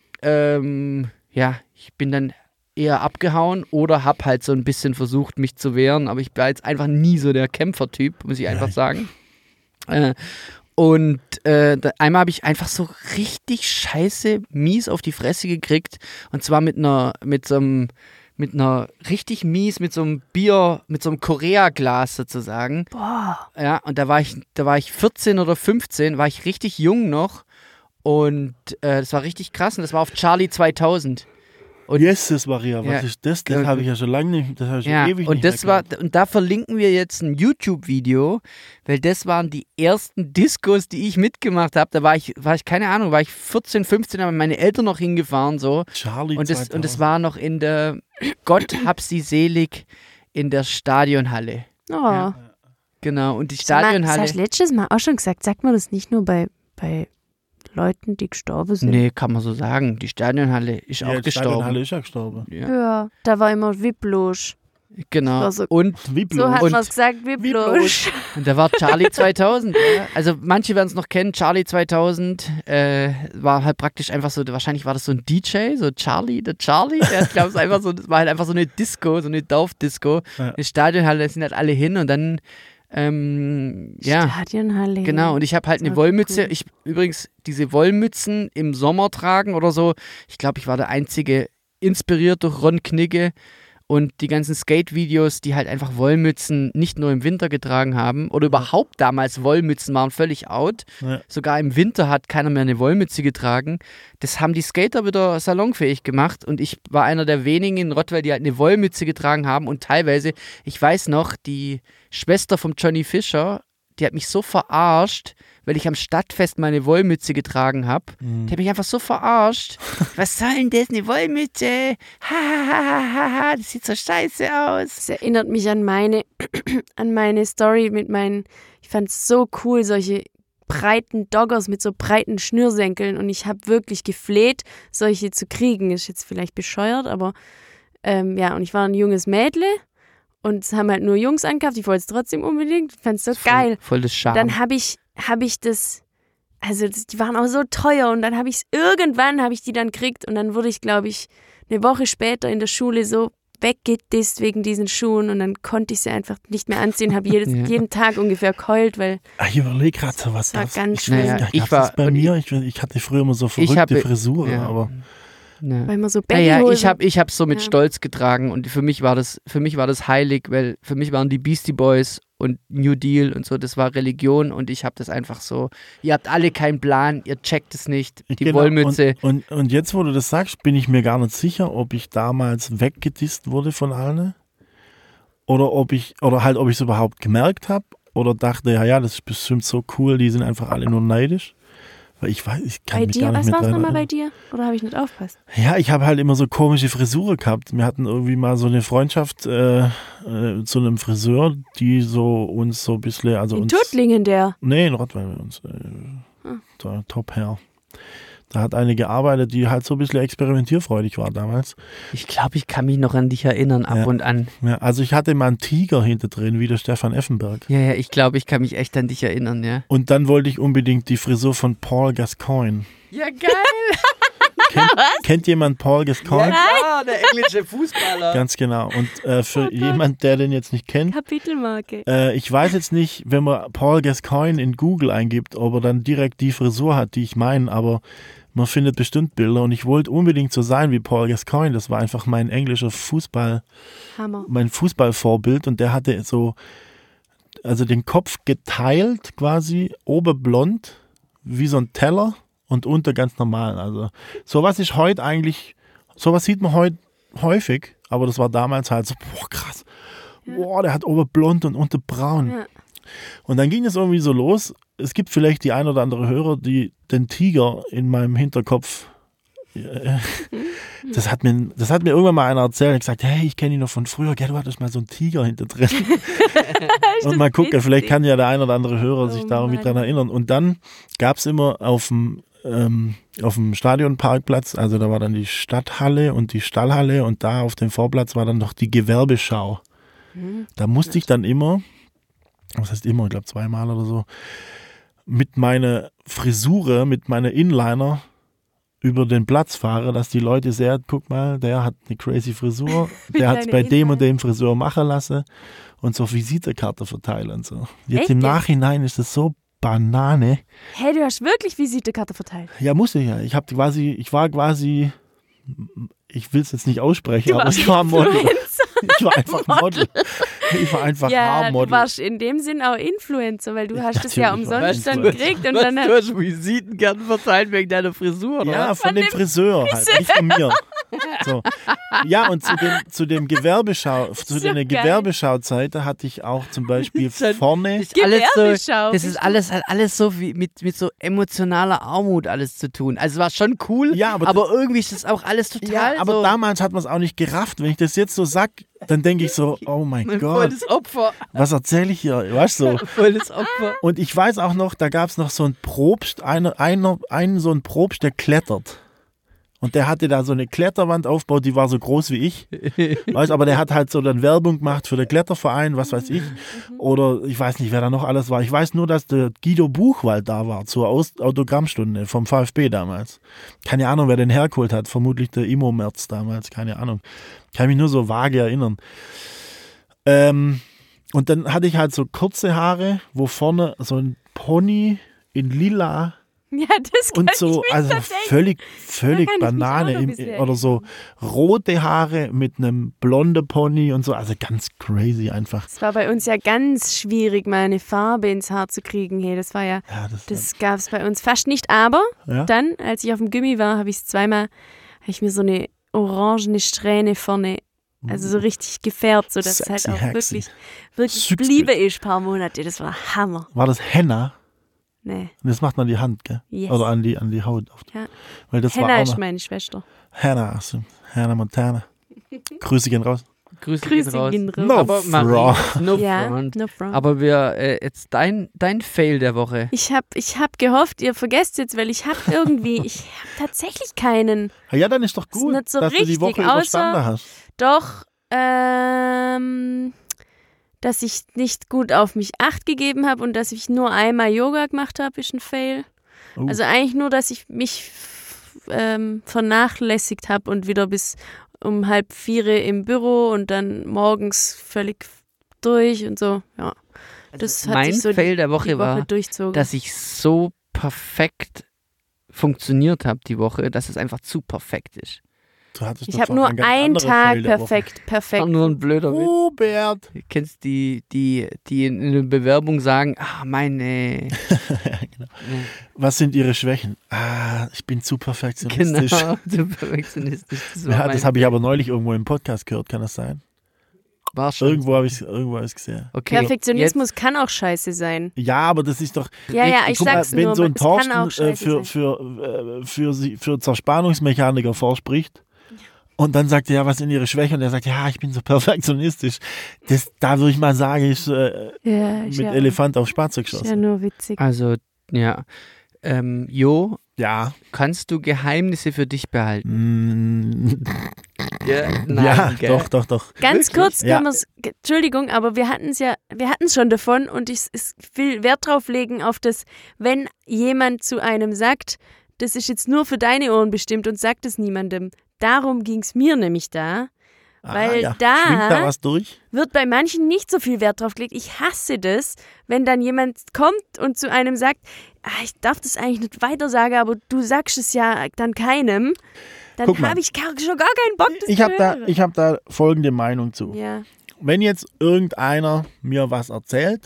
ich bin dann eher abgehauen oder habe halt so ein bisschen versucht, mich zu wehren, aber ich war jetzt einfach nie so der Kämpfer-Typ, muss ich einfach sagen. Und einmal habe ich einfach so richtig scheiße mies auf die Fresse gekriegt und zwar mit einem Bier, mit so einem Korea-Glas sozusagen. Boah. Ja, und da war ich 14 oder 15, war ich richtig jung noch und das war richtig krass und das war auf Charlie 2000. Und Jesus Maria, was ist das? Das habe ich ja schon lange nicht, das habe ich schon ewig und nicht mehr gehört. Und da verlinken wir jetzt ein YouTube-Video, weil das waren die ersten Discos, die ich mitgemacht habe. Da war ich keine Ahnung, war ich 14, 15, haben meine Eltern noch hingefahren so. Charlie und das war noch in der, Gott hab sie selig, in der Stadionhalle. Oh. Ja. Genau, und die Stadionhalle. Das hast du letztes Mal auch schon gesagt, sagt man das nicht nur bei Leuten, die gestorben sind? Nee, kann man so sagen. Die Stadionhalle ist auch gestorben. Die Stadionhalle ist ja gestorben. Ja, da war immer Wiplosch. Genau. So, und so hat man es gesagt, Wiplosch. Und da war Charlie 2000. Ja. Also manche werden es noch kennen, Charlie 2000 war halt praktisch einfach so, wahrscheinlich war das so ein DJ, so Charlie. Ich glaube, es war halt einfach so eine Disco, so eine Dorfdisco. Ja. Eine Stadionhalle, da sind halt alle hin und dann Stadionhalle. Genau, und ich habe halt eine Wollmütze. Cool. Übrigens, diese Wollmützen im Sommer tragen oder so, ich glaube, ich war der Einzige, inspiriert durch Ron Knigge und die ganzen Skate-Videos, die halt einfach Wollmützen nicht nur im Winter getragen haben oder überhaupt damals Wollmützen waren völlig out. Ja. Sogar im Winter hat keiner mehr eine Wollmütze getragen. Das haben die Skater wieder salonfähig gemacht und ich war einer der wenigen in Rottweil, die halt eine Wollmütze getragen haben und teilweise, ich weiß noch, die Schwester von Johnny Fischer, die hat mich so verarscht, weil ich am Stadtfest meine Wollmütze getragen habe. Die hat mich einfach so verarscht. Was soll denn das, eine Wollmütze? Ha, das sieht so scheiße aus. Das erinnert mich an meine Story mit ich fand es so cool, solche breiten Doggers mit so breiten Schnürsenkeln und ich habe wirklich gefleht, solche zu kriegen. Ist jetzt vielleicht bescheuert, aber und ich war ein junges Mädle Und es haben halt nur Jungs angekauft, ich wollte es trotzdem unbedingt, fand es so geil. Voll das Charme. Dann habe ich das, also die waren auch so teuer und dann habe ich die dann gekriegt und dann wurde ich, glaube ich, eine Woche später in der Schule so weggedisst wegen diesen Schuhen und dann konnte ich sie einfach nicht mehr anziehen, habe jeden Tag ungefähr geheult, weil ich überlege gerade so, was war das ganz schlimm. Ich hatte früher immer so verrückte Frisuren, aber... Ja. Weil man so ich habe so mit Stolz getragen und für mich war das heilig, weil für mich waren die Beastie Boys und New Deal und so, das war Religion und ich habe das einfach so, ihr habt alle keinen Plan, ihr checkt es nicht, die Wollmütze. Und jetzt, wo du das sagst, bin ich mir gar nicht sicher, ob ich damals weggedisst wurde von allen oder ob ich es überhaupt gemerkt habe oder dachte, ja, das ist bestimmt so cool, die sind einfach alle nur neidisch. Ich kann mich gar nicht mehr was war es nochmal bei dir? Oder habe ich nicht aufgepasst? Ja, ich habe halt immer so komische Frisuren gehabt. Wir hatten irgendwie mal so eine Freundschaft zu einem Friseur, die so uns so ein bisschen... Also in Tuttlingen der? Nee, in Rottweil uns. Der Top-Herr. Da hat eine gearbeitet, die halt so ein bisschen experimentierfreudig war damals. Ich glaube, ich kann mich noch an dich erinnern, ab und an. Ja, also ich hatte mal einen Tiger hinter drin, wie der Stefan Effenberg. Ja, ich glaube, ich kann mich echt an dich erinnern, ja. Und dann wollte ich unbedingt die Frisur von Paul Gascoigne. Ja, geil! Kennt jemand Paul Gascoigne? Ja, klar, der englische Fußballer. Ganz genau. Und für jemand, der den jetzt nicht kennt, Kapitelmarke. Ich weiß jetzt nicht, wenn man Paul Gascoigne in Google eingibt, ob er dann direkt die Frisur hat, die ich meine, aber man findet bestimmt Bilder und ich wollte unbedingt so sein wie Paul Gascoigne. Das war einfach mein englischer Hammer. Mein Fußballvorbild und der hatte so, also den Kopf geteilt quasi, oberblond, wie so ein Teller und unter ganz normal. Also sowas ist heute eigentlich, sowas sieht man heute häufig, aber das war damals halt so, boah krass, boah, der hat oberblond und unter braun. Ja. Und dann ging es irgendwie so los. Es gibt vielleicht die ein oder andere Hörer, die den Tiger in meinem Hinterkopf, das hat mir irgendwann mal einer erzählt und gesagt, hey, ich kenne ihn noch von früher, gell, du hattest mal so einen Tiger hinter drin. Und mal gucken, vielleicht kann ja der ein oder andere Hörer sich daran mit dran erinnern. Und dann gab es immer auf dem Stadionparkplatz, also da war dann die Stadthalle und die Stallhalle und da auf dem Vorplatz war dann noch die Gewerbeschau. Da musste ich dann immer, was heißt immer, ich glaube zweimal oder so, mit meiner Frisur, mit meiner Inliner über den Platz fahre, dass die Leute sehen, guck mal, der hat eine crazy Frisur, der hat es bei dem und dem Friseur machen lassen und so Visitekarte verteilen und so. Jetzt im Nachhinein ist das so Banane. Hey, du hast wirklich Visitekarte verteilt? Ja, musste ich ja. Ich war quasi, ich will es jetzt nicht aussprechen, aber ich war Model. Ich war einfach Model. Ich war einfach Haarmodel. Du warst in dem Sinn auch Influencer, weil du hast es ja umsonst dann gekriegt. Und dann du hast Visitenkarten verteilt wegen deiner Frisur, oder? Ja, von dem Friseur halt, nicht von mir. So. Ja, und zu der Gewerbeschauzeit hatte ich auch zum Beispiel vorne... Das ist alles so wie mit so emotionaler Armut alles zu tun. Also es war schon cool, ja, aber irgendwie ist das auch alles total ja, aber so damals hat man es auch nicht gerafft. Wenn ich das jetzt so sag, dann denke ich so, oh mein Gott. Volles Opfer. Was erzähle ich hier? Weißt du? Volles Opfer. Und ich weiß auch noch, da gab es noch so einen Probst, einen so einen Probst, der klettert. Und der hatte da so eine Kletterwand aufgebaut, die war so groß wie ich. Weißt, aber der hat halt so dann Werbung gemacht für den Kletterverein, was weiß ich. Oder ich weiß nicht, wer da noch alles war. Ich weiß nur, dass der Guido Buchwald da war zur Autogrammstunde vom VfB damals. Keine Ahnung, wer den hergeholt hat. Vermutlich der Immo Merz damals, keine Ahnung. Kann mich nur so vage erinnern. Und dann hatte ich halt so kurze Haare, wo vorne so ein Pony in lila. Ja, das kann und so, ich also völlig Banane oder so rote Haare mit einem blonden Pony und so, also ganz crazy einfach. Es war bei uns ja ganz schwierig, mal eine Farbe ins Haar zu kriegen. Hey, das war das gab es bei uns fast nicht. Aber dann, als ich auf dem Gimmi war, habe ich mir so eine orangene Strähne vorne, also so richtig gefärbt, sodass es halt auch wirklich bliebe ich ein paar Monate. Das war Hammer. War das Henna? Nee. Das macht man an die Hand, gell? Yes. Oder an die Haut. Ja. Weil das Henna war auch ist meine Schwester. Hannah Montana. Grüße gehen raus. Grüße gehen raus. No front. No front. Aber jetzt dein Fail der Woche. Ich hab gehofft, ihr vergesst jetzt, weil ich habe tatsächlich keinen. Ja, dann ist doch gut, ist nicht so dass richtig, du die Woche überstanden hast. Doch, dass ich nicht gut auf mich Acht gegeben habe und dass ich nur einmal Yoga gemacht habe, ist ein Fail. Also eigentlich nur, dass ich mich vernachlässigt habe und wieder bis um 3:30 im Büro und dann morgens völlig durch und so. Ja, das hat mein sich so Fail der Woche war, durchzogen. dass ich so perfekt funktioniert habe die Woche, dass es einfach zu perfekt ist. Ich habe nur einen Tag perfekt. Nur ein blöder Witz. Robert! Du kennst die in einer Bewerbung sagen, meine... Genau. Was sind ihre Schwächen? Ich bin zu perfektionistisch. Genau, zu perfektionistisch. Das habe ich aber neulich irgendwo im Podcast gehört, kann das sein? War schon. Irgendwo habe ich es gesehen. Okay, Perfektionismus kann auch scheiße sein. Ja, aber das ist doch... ich sag's wenn nur, so ein Thorsten für für Zerspannungsmechaniker vorspricht, und dann sagt er, was sind ihre Schwächen? Und er sagt, ich bin so perfektionistisch. Da würde ich mal sagen, ich mit Elefant auf Spatze geschossen. Ist ja nur witzig. Also, ja. Jo, ja. Kannst du Geheimnisse für dich behalten? Doch. Ganz kurz, Entschuldigung, aber wir hatten es schon davon und ich will Wert drauf legen auf das, wenn jemand zu einem sagt, das ist jetzt nur für deine Ohren bestimmt und sagt es niemandem. Darum ging es mir nämlich da, weil schwingt da was durch? Wird bei manchen nicht so viel Wert drauf gelegt. Ich hasse das, wenn dann jemand kommt und zu einem sagt, ich darf das eigentlich nicht weiter sagen, aber du sagst es ja dann keinem. Dann habe ich schon gar keinen Bock, das zu hören. Ich hab da folgende Meinung zu. Ja. Wenn jetzt irgendeiner mir was erzählt,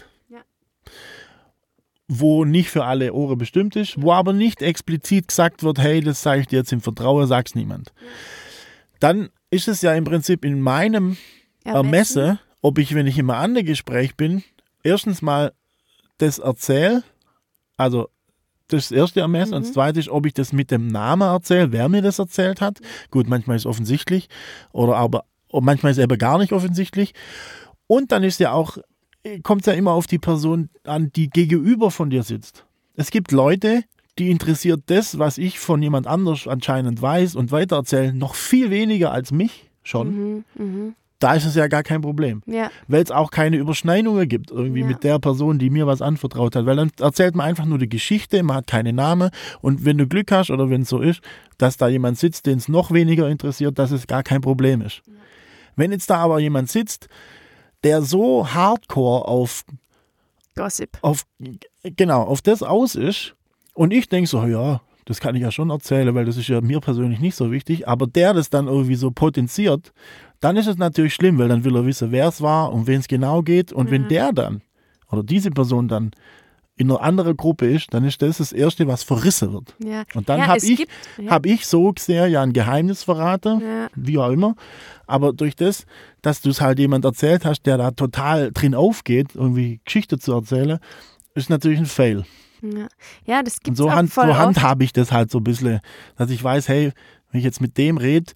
wo nicht für alle Ohren bestimmt ist, wo aber nicht explizit gesagt wird, hey, das sage ich dir jetzt im Vertrauen, sag's niemand. Dann ist es ja im Prinzip in meinem Ermessen, ob ich, wenn ich im anderen Gespräch bin, erstens mal das erzähle, also das erste Ermessen, und das zweite ist, ob ich das mit dem Namen erzähle, wer mir das erzählt hat. Gut, manchmal ist es offensichtlich, aber manchmal ist es eben gar nicht offensichtlich. Und dann ist ja auch kommt es ja immer auf die Person an, die gegenüber von dir sitzt. Es gibt Leute, die interessiert das, was ich von jemand anders anscheinend weiß und weitererzähle, noch viel weniger als mich schon. Da ist es ja gar kein Problem. Ja. Weil es auch keine Überschneidungen gibt irgendwie mit der Person, die mir was anvertraut hat. Weil dann erzählt man einfach nur die Geschichte, man hat keine Namen. Und wenn du Glück hast oder wenn es so ist, dass da jemand sitzt, den es noch weniger interessiert, dass es gar kein Problem ist. Ja. Wenn jetzt da aber jemand sitzt, der so hardcore auf Gossip, auf das aus ist und ich denke so, das kann ich ja schon erzählen, weil das ist ja mir persönlich nicht so wichtig, aber der das dann irgendwie so potenziert, dann ist es natürlich schlimm, weil dann will er wissen, wer es war, um wen es genau geht und wenn der dann oder diese Person dann in einer anderen Gruppe ist, dann ist das Erste, was verrissen wird. Ja. Und dann habe ich so gesehen ein Geheimnis verraten, wie auch immer. Aber durch das, dass du es halt jemand erzählt hast, der da total drin aufgeht, irgendwie Geschichte zu erzählen, ist natürlich ein Fail. Ja, das gibt es auch voll so handhabe ich das halt so ein bisschen, dass ich weiß, hey, wenn ich jetzt mit dem rede,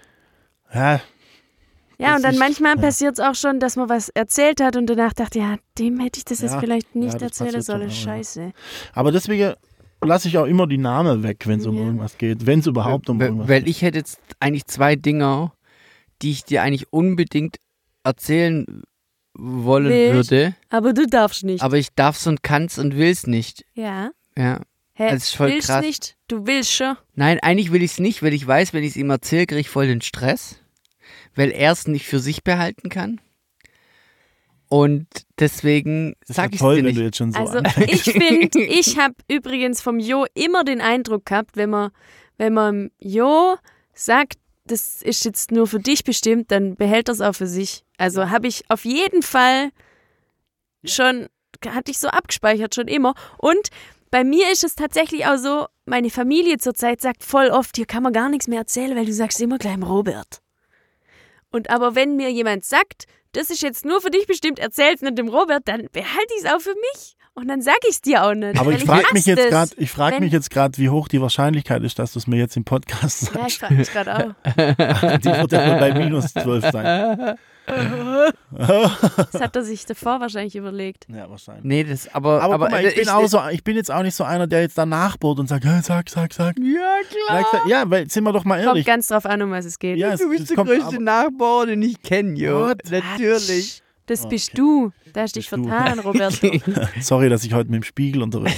und dann manchmal passiert es auch schon, dass man was erzählt hat und danach dachte, dem hätte ich das jetzt vielleicht nicht erzählen sollen. Scheiße. Aber deswegen lasse ich auch immer die Namen weg, wenn es um irgendwas geht. Wenn es überhaupt um irgendwas geht. Weil ich hätte jetzt eigentlich 2 Dinger, die ich dir eigentlich unbedingt erzählen wollen würde. Aber du darfst nicht. Aber ich darf's und kann's und will's nicht. Ja. Ja. Das ist voll willst krass. Nicht? Du willst schon. Nein, eigentlich will ich's nicht, weil ich weiß, wenn ich es ihm erzähle, kriege ich voll den Stress. Weil er es nicht für sich behalten kann. Und deswegen sage ich es dir nicht. Wenn du jetzt schon so ich finde, ich habe übrigens vom Jo immer den Eindruck gehabt, wenn man Jo sagt, das ist jetzt nur für dich bestimmt, dann behält das auch für sich. Also habe ich auf jeden Fall schon, hatte ich so abgespeichert, schon immer. Und bei mir ist es tatsächlich auch so, meine Familie zurzeit sagt voll oft, hier kann man gar nichts mehr erzählen, weil du sagst immer gleich Robert. Und aber wenn mir jemand sagt, das ist jetzt nur für dich bestimmt, erzähl's nicht dem Robert, dann behalte ich es auch für mich. Und dann sage ich es dir auch nicht. Aber ich frage mich jetzt gerade, wie hoch die Wahrscheinlichkeit ist, dass du es mir jetzt im Podcast sagst. Ja, ich frage mich gerade auch. Die wird ja nur bei -12 sein. Das hat er sich davor wahrscheinlich überlegt. Ja, wahrscheinlich. Nee, aber guck mal, ich bin jetzt auch nicht so einer, der jetzt da nachbohrt und sagt, sag. Ja, klar. Ja, weil sind wir doch mal ehrlich. Kommt ganz drauf an, um was es geht. Ja, du bist der größte Nachbohrer, den ich kenne, jo. Natürlich. Das bist du. Da hast du dich vertan, Roberto. Sorry, dass ich heute mit dem Spiegel unterwegs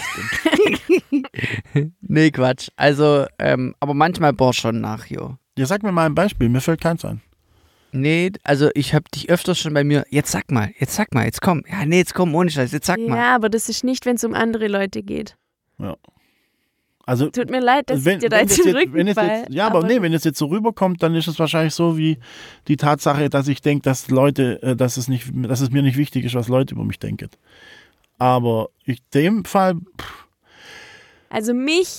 bin. Nee, Quatsch. Also, aber manchmal bohr schon nach, jo. Ja, sag mir mal ein Beispiel. Mir fällt keins ein. Nee, also ich habe dich öfters schon bei mir, jetzt sag mal, jetzt komm. Ja, nee, jetzt komm, ohne Scheiß, jetzt sag mal. Ja, aber das ist nicht, wenn es um andere Leute geht. Ja. Also, tut mir leid, dass ich dir da jetzt zurückfall. Ja, aber nee, wenn es jetzt so rüberkommt, dann ist es wahrscheinlich so wie die Tatsache, dass ich denke, dass dass es mir nicht wichtig ist, was Leute über mich denken. Aber in dem Fall... Also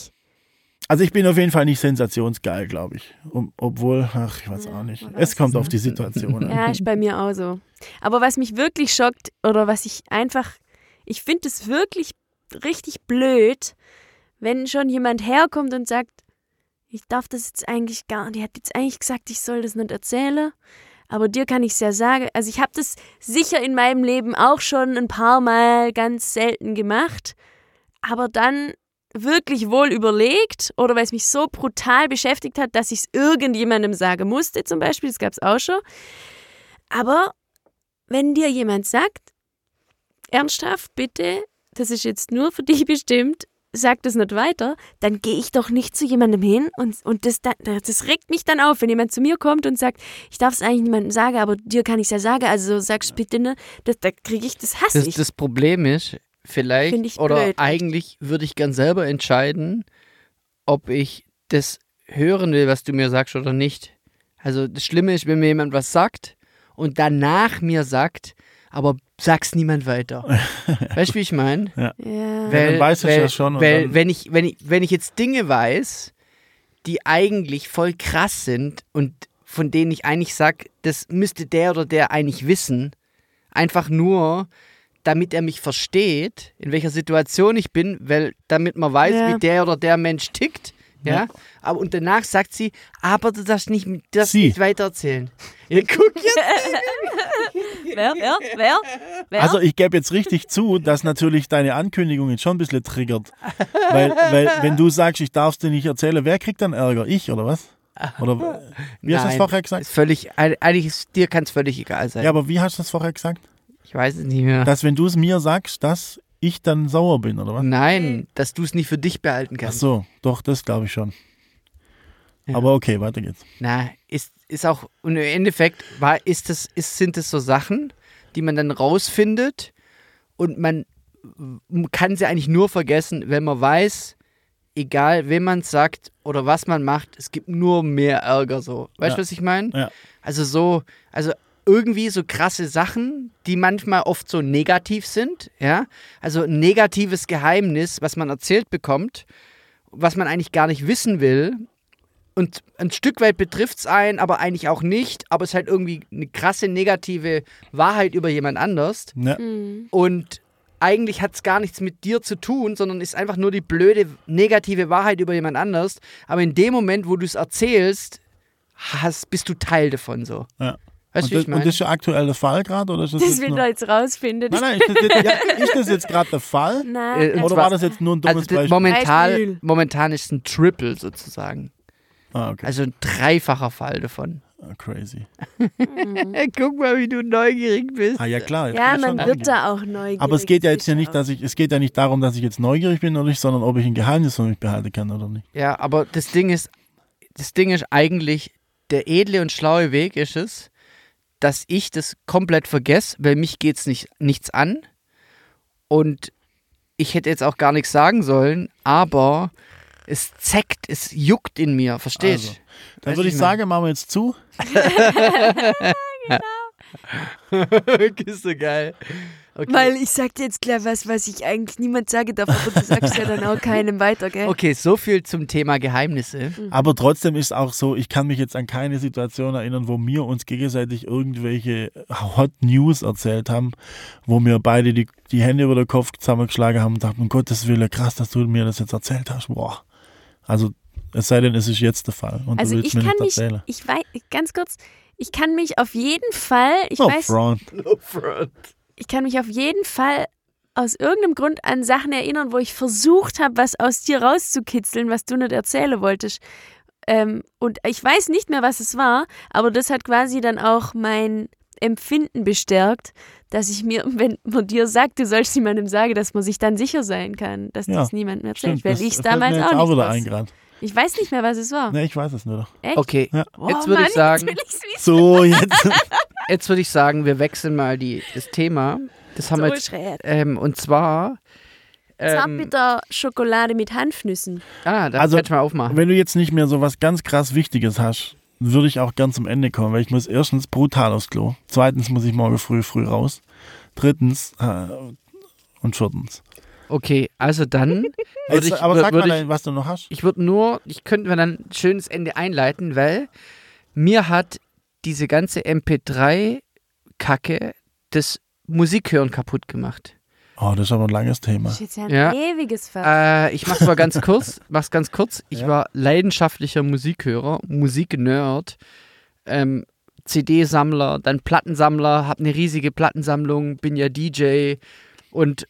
ich bin auf jeden Fall nicht sensationsgeil, glaube ich. Obwohl, ich weiß auch nicht. Es kommt auf die Situation an. Ja, ist bei mir auch so. Aber was mich wirklich schockt, oder was ich finde es wirklich richtig blöd, wenn schon jemand herkommt und sagt, ich darf das jetzt eigentlich gar nicht, die hat jetzt eigentlich gesagt, ich soll das nicht erzählen, aber dir kann ich es ja sagen. Also ich habe das sicher in meinem Leben auch schon ein paar Mal ganz selten gemacht, aber dann wirklich wohl überlegt oder weil es mich so brutal beschäftigt hat, dass ich es irgendjemandem sagen musste zum Beispiel, das gab es auch schon. Aber wenn dir jemand sagt, ernsthaft, bitte, das ist jetzt nur für dich bestimmt, sag das nicht weiter, dann gehe ich doch nicht zu jemandem hin und das regt mich dann auf, wenn jemand zu mir kommt und sagt, ich darf es eigentlich niemandem sagen, aber dir kann ich es ja sagen, also sag's bitte, ne? Da kriege ich, das hasse ich. Das Problem ist, vielleicht oder blöd. Eigentlich würde ich gern selber entscheiden, ob ich das hören will, was du mir sagst oder nicht. Also das Schlimme ist, wenn mir jemand was sagt und danach mir sagt, aber sag's niemand weiter. Weißt du, wie ich meine? Ja. Dann weiß ich ja schon. Weil wenn ich jetzt Dinge weiß, die eigentlich voll krass sind und von denen ich eigentlich sage, das müsste der oder der eigentlich wissen, einfach nur, damit er mich versteht, in welcher Situation ich bin, weil damit man weiß, wie der oder der Mensch tickt. Ja. Aber und danach sagt sie, aber du darfst nicht weitererzählen. Ja, guck jetzt. Wer? Also ich gebe jetzt richtig zu, dass natürlich deine Ankündigung jetzt schon ein bisschen triggert. Weil wenn du sagst, ich darf es dir nicht erzählen, wer kriegt dann Ärger? Ich oder was? Oder wie hast du das vorher gesagt? Dir kann es völlig egal sein. Ja, aber wie hast du das vorher gesagt? Ich weiß es nicht mehr. Dass wenn du es mir sagst, dass ich dann sauer bin, oder was? Nein, dass du es nicht für dich behalten kannst. Ach so, doch, das glaube ich schon. Ja. Aber okay, weiter geht's. Na, ist auch, und im Endeffekt sind es so Sachen, die man dann rausfindet und man kann sie eigentlich nur vergessen, wenn man weiß, egal wem man es sagt oder was man macht, es gibt nur mehr Ärger so. Weißt du, was ich meine? Ja. Also irgendwie so krasse Sachen, die manchmal oft so negativ sind, ja. Also ein negatives Geheimnis, was man erzählt bekommt, was man eigentlich gar nicht wissen will. Und ein Stück weit betrifft es einen, aber eigentlich auch nicht. Aber es ist halt irgendwie eine krasse negative Wahrheit über jemand anders. Ja. Und eigentlich hat es gar nichts mit dir zu tun, sondern ist einfach nur die blöde negative Wahrheit über jemand anders. Aber in dem Moment, wo du es erzählst, bist du Teil davon so. Ja. Weißt du, wie ich meine? Und das ist ja aktuell der Fall gerade? Das will er jetzt rausfinden. Nein, ist das jetzt gerade der Fall? Nein. Oder war das jetzt nur ein dummes Beispiel? Momentan ist es ein Triple sozusagen. Ah, okay. Also ein dreifacher Fall davon. Crazy. Guck mal, wie du neugierig bist. Ah ja, klar. Ja, man wird da auch neugierig. Aber es geht ja jetzt ja nicht, es geht ja nicht darum, dass ich jetzt neugierig bin oder nicht, sondern ob ich ein Geheimnis von mich behalten kann oder nicht. Ja, aber das Ding ist eigentlich, der edle und schlaue Weg ist es, dass ich das komplett vergesse, weil mich geht's nichts an und ich hätte jetzt auch gar nichts sagen sollen, aber es zeckt, es juckt in mir, verstehst du? Also, dann würde ich sagen, machen wir jetzt zu. Genau. Ist so geil. Okay. Weil ich sag dir jetzt gleich was ich eigentlich niemand sagen darf, aber du sagst ja dann auch keinem weiter, gell? Okay, so viel zum Thema Geheimnisse. Aber trotzdem ist auch so, ich kann mich jetzt an keine Situation erinnern, wo wir uns gegenseitig irgendwelche Hot News erzählt haben, wo wir beide die Hände über den Kopf zusammengeschlagen haben und dachten, um Gottes Willen, krass, dass du mir das jetzt erzählt hast. Boah. Also es sei denn, es ist jetzt der Fall und also du willst mir nicht erzählen. Ich weiß, ganz kurz, ich kann mich auf jeden Fall, ich kann mich auf jeden Fall aus irgendeinem Grund an Sachen erinnern, wo ich versucht habe, was aus dir rauszukitzeln, was du nicht erzählen wolltest. Und ich weiß nicht mehr, was es war, aber das hat quasi dann auch mein Empfinden bestärkt, dass ich mir, wenn man dir sagt, du sollst niemandem sagen, dass man sich dann sicher sein kann, dass das niemandem erzählt. Weil ich es damals auch nicht weiß. Ich weiß nicht mehr, was es war. Nee, ich weiß es nur noch. Echt? Okay, jetzt würde ich sagen, jetzt würde ich sagen, wir wechseln mal das Thema. Das haben wir jetzt, und zwar Zartbitter-Schokolade mit Hanfnüssen. Das kann ich mal aufmachen. Wenn du jetzt nicht mehr so was ganz krass Wichtiges hast, würde ich auch gern zum Ende kommen, weil ich muss erstens brutal aufs Klo, zweitens muss ich morgen früh raus, drittens und viertens. Okay, also dann aber sag mal, was du noch hast. Ich könnte mir dann ein schönes Ende einleiten, weil mir hat diese ganze MP3-Kacke das Musikhören kaputt gemacht. Oh, das ist aber ein langes Thema. Das ist jetzt ein ewiges Fass. Ich mach's mal ganz kurz. Ich war leidenschaftlicher Musikhörer, Musiknerd, CD-Sammler, dann Plattensammler, hab eine riesige Plattensammlung, bin ja DJ und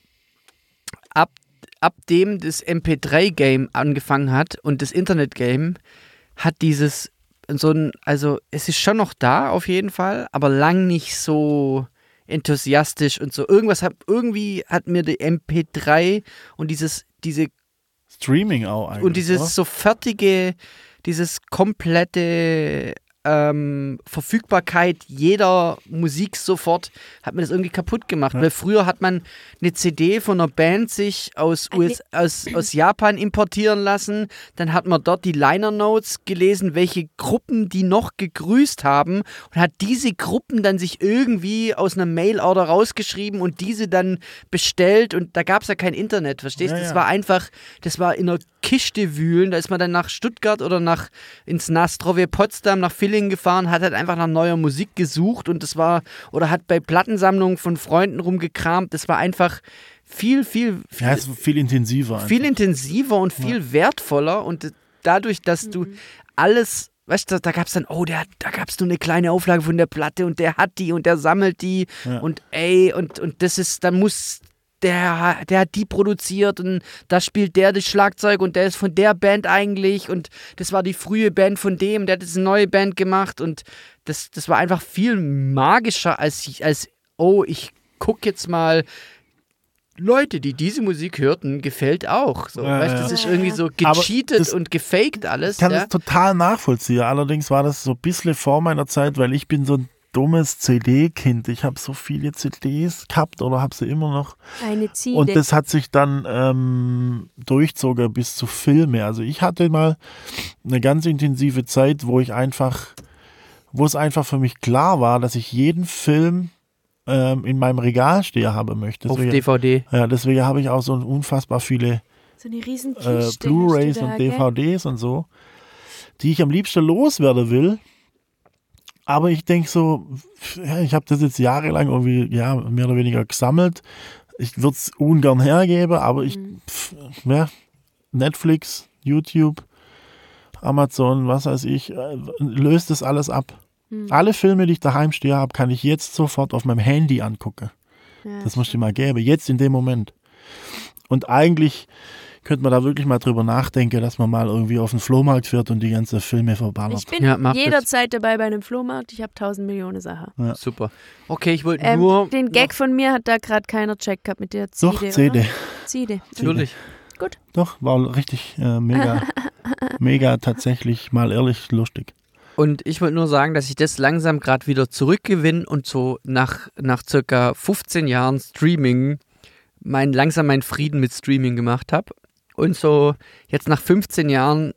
ab dem das MP3-Game angefangen hat und das Internet-Game hat dieses also es ist schon noch da auf jeden Fall, aber lang nicht so enthusiastisch und so. Irgendwie hat mir die MP3 und diese Streaming auch eigentlich. Und dieses so fertige, dieses komplette Verfügbarkeit jeder Musik sofort, hat mir das irgendwie kaputt gemacht. Ja. Weil früher hat man eine CD von einer Band sich aus Japan importieren lassen, dann hat man dort die Liner Notes gelesen, welche Gruppen die noch gegrüßt haben und hat diese Gruppen dann sich irgendwie aus einer Mail-Order rausgeschrieben und diese dann bestellt und da gab es ja kein Internet, verstehst du? Das war in einer Kiste wühlen, da ist man dann nach Stuttgart oder ins Nastrovje Potsdam, nach Villingen gefahren, hat halt einfach nach neuer Musik gesucht und oder hat bei Plattensammlungen von Freunden rumgekramt, das war einfach viel intensiver. Viel intensiver und viel wertvoller und dadurch, dass du alles, weißt du, da gab es dann, da gab es nur eine kleine Auflage von der Platte und der hat die und der sammelt die und das ist, dann muss der hat die produziert und da spielt der das Schlagzeug und der ist von der Band eigentlich und das war die frühe Band von dem, der hat jetzt eine neue Band gemacht und das war einfach viel magischer als ich gucke jetzt mal Leute, die diese Musik hörten, gefällt auch. So, weißt, das ist irgendwie so gecheatet und gefaked alles. Ich kann das total nachvollziehen. Allerdings war das so ein bisschen vor meiner Zeit, weil ich bin so ein dummes CD-Kind. Ich habe so viele CDs gehabt oder habe sie immer noch. Eine CD. Und das hat sich dann durchzogen bis zu Filme. Also ich hatte mal eine ganz intensive Zeit, wo es einfach für mich klar war, dass ich jeden Film in meinem Regal stehen haben möchte. Auf DVD. Ja, deswegen habe ich auch so unfassbar viele so eine riesen Kiste Blu-rays und DVDs und so, die ich am liebsten loswerden will. Aber ich denke so, ich habe das jetzt jahrelang irgendwie mehr oder weniger gesammelt. Ich würde es ungern hergeben, aber Netflix, YouTube, Amazon, was weiß ich, löst das alles ab. Alle Filme, die ich daheim stehe habe, kann ich jetzt sofort auf meinem Handy angucken. Ja, das muss ich mal geben, jetzt in dem Moment. Und eigentlich könnte man da wirklich mal drüber nachdenken, dass man mal irgendwie auf den Flohmarkt fährt und die ganzen Filme verballert. Ich bin jederzeit dabei bei einem Flohmarkt. Ich habe 1000 Millionen Sachen. Ja. Super. Okay, ich wollte nur... Den Gag von mir hat da gerade keiner Check gehabt mit der CD, Doch, CD. CD. Natürlich. Gut. Doch, war richtig mega tatsächlich mal ehrlich lustig. Und ich wollte nur sagen, dass ich das langsam gerade wieder zurückgewinne und so nach circa 15 Jahren Streaming langsam meinen Frieden mit Streaming gemacht habe. Und so jetzt nach 15 Jahren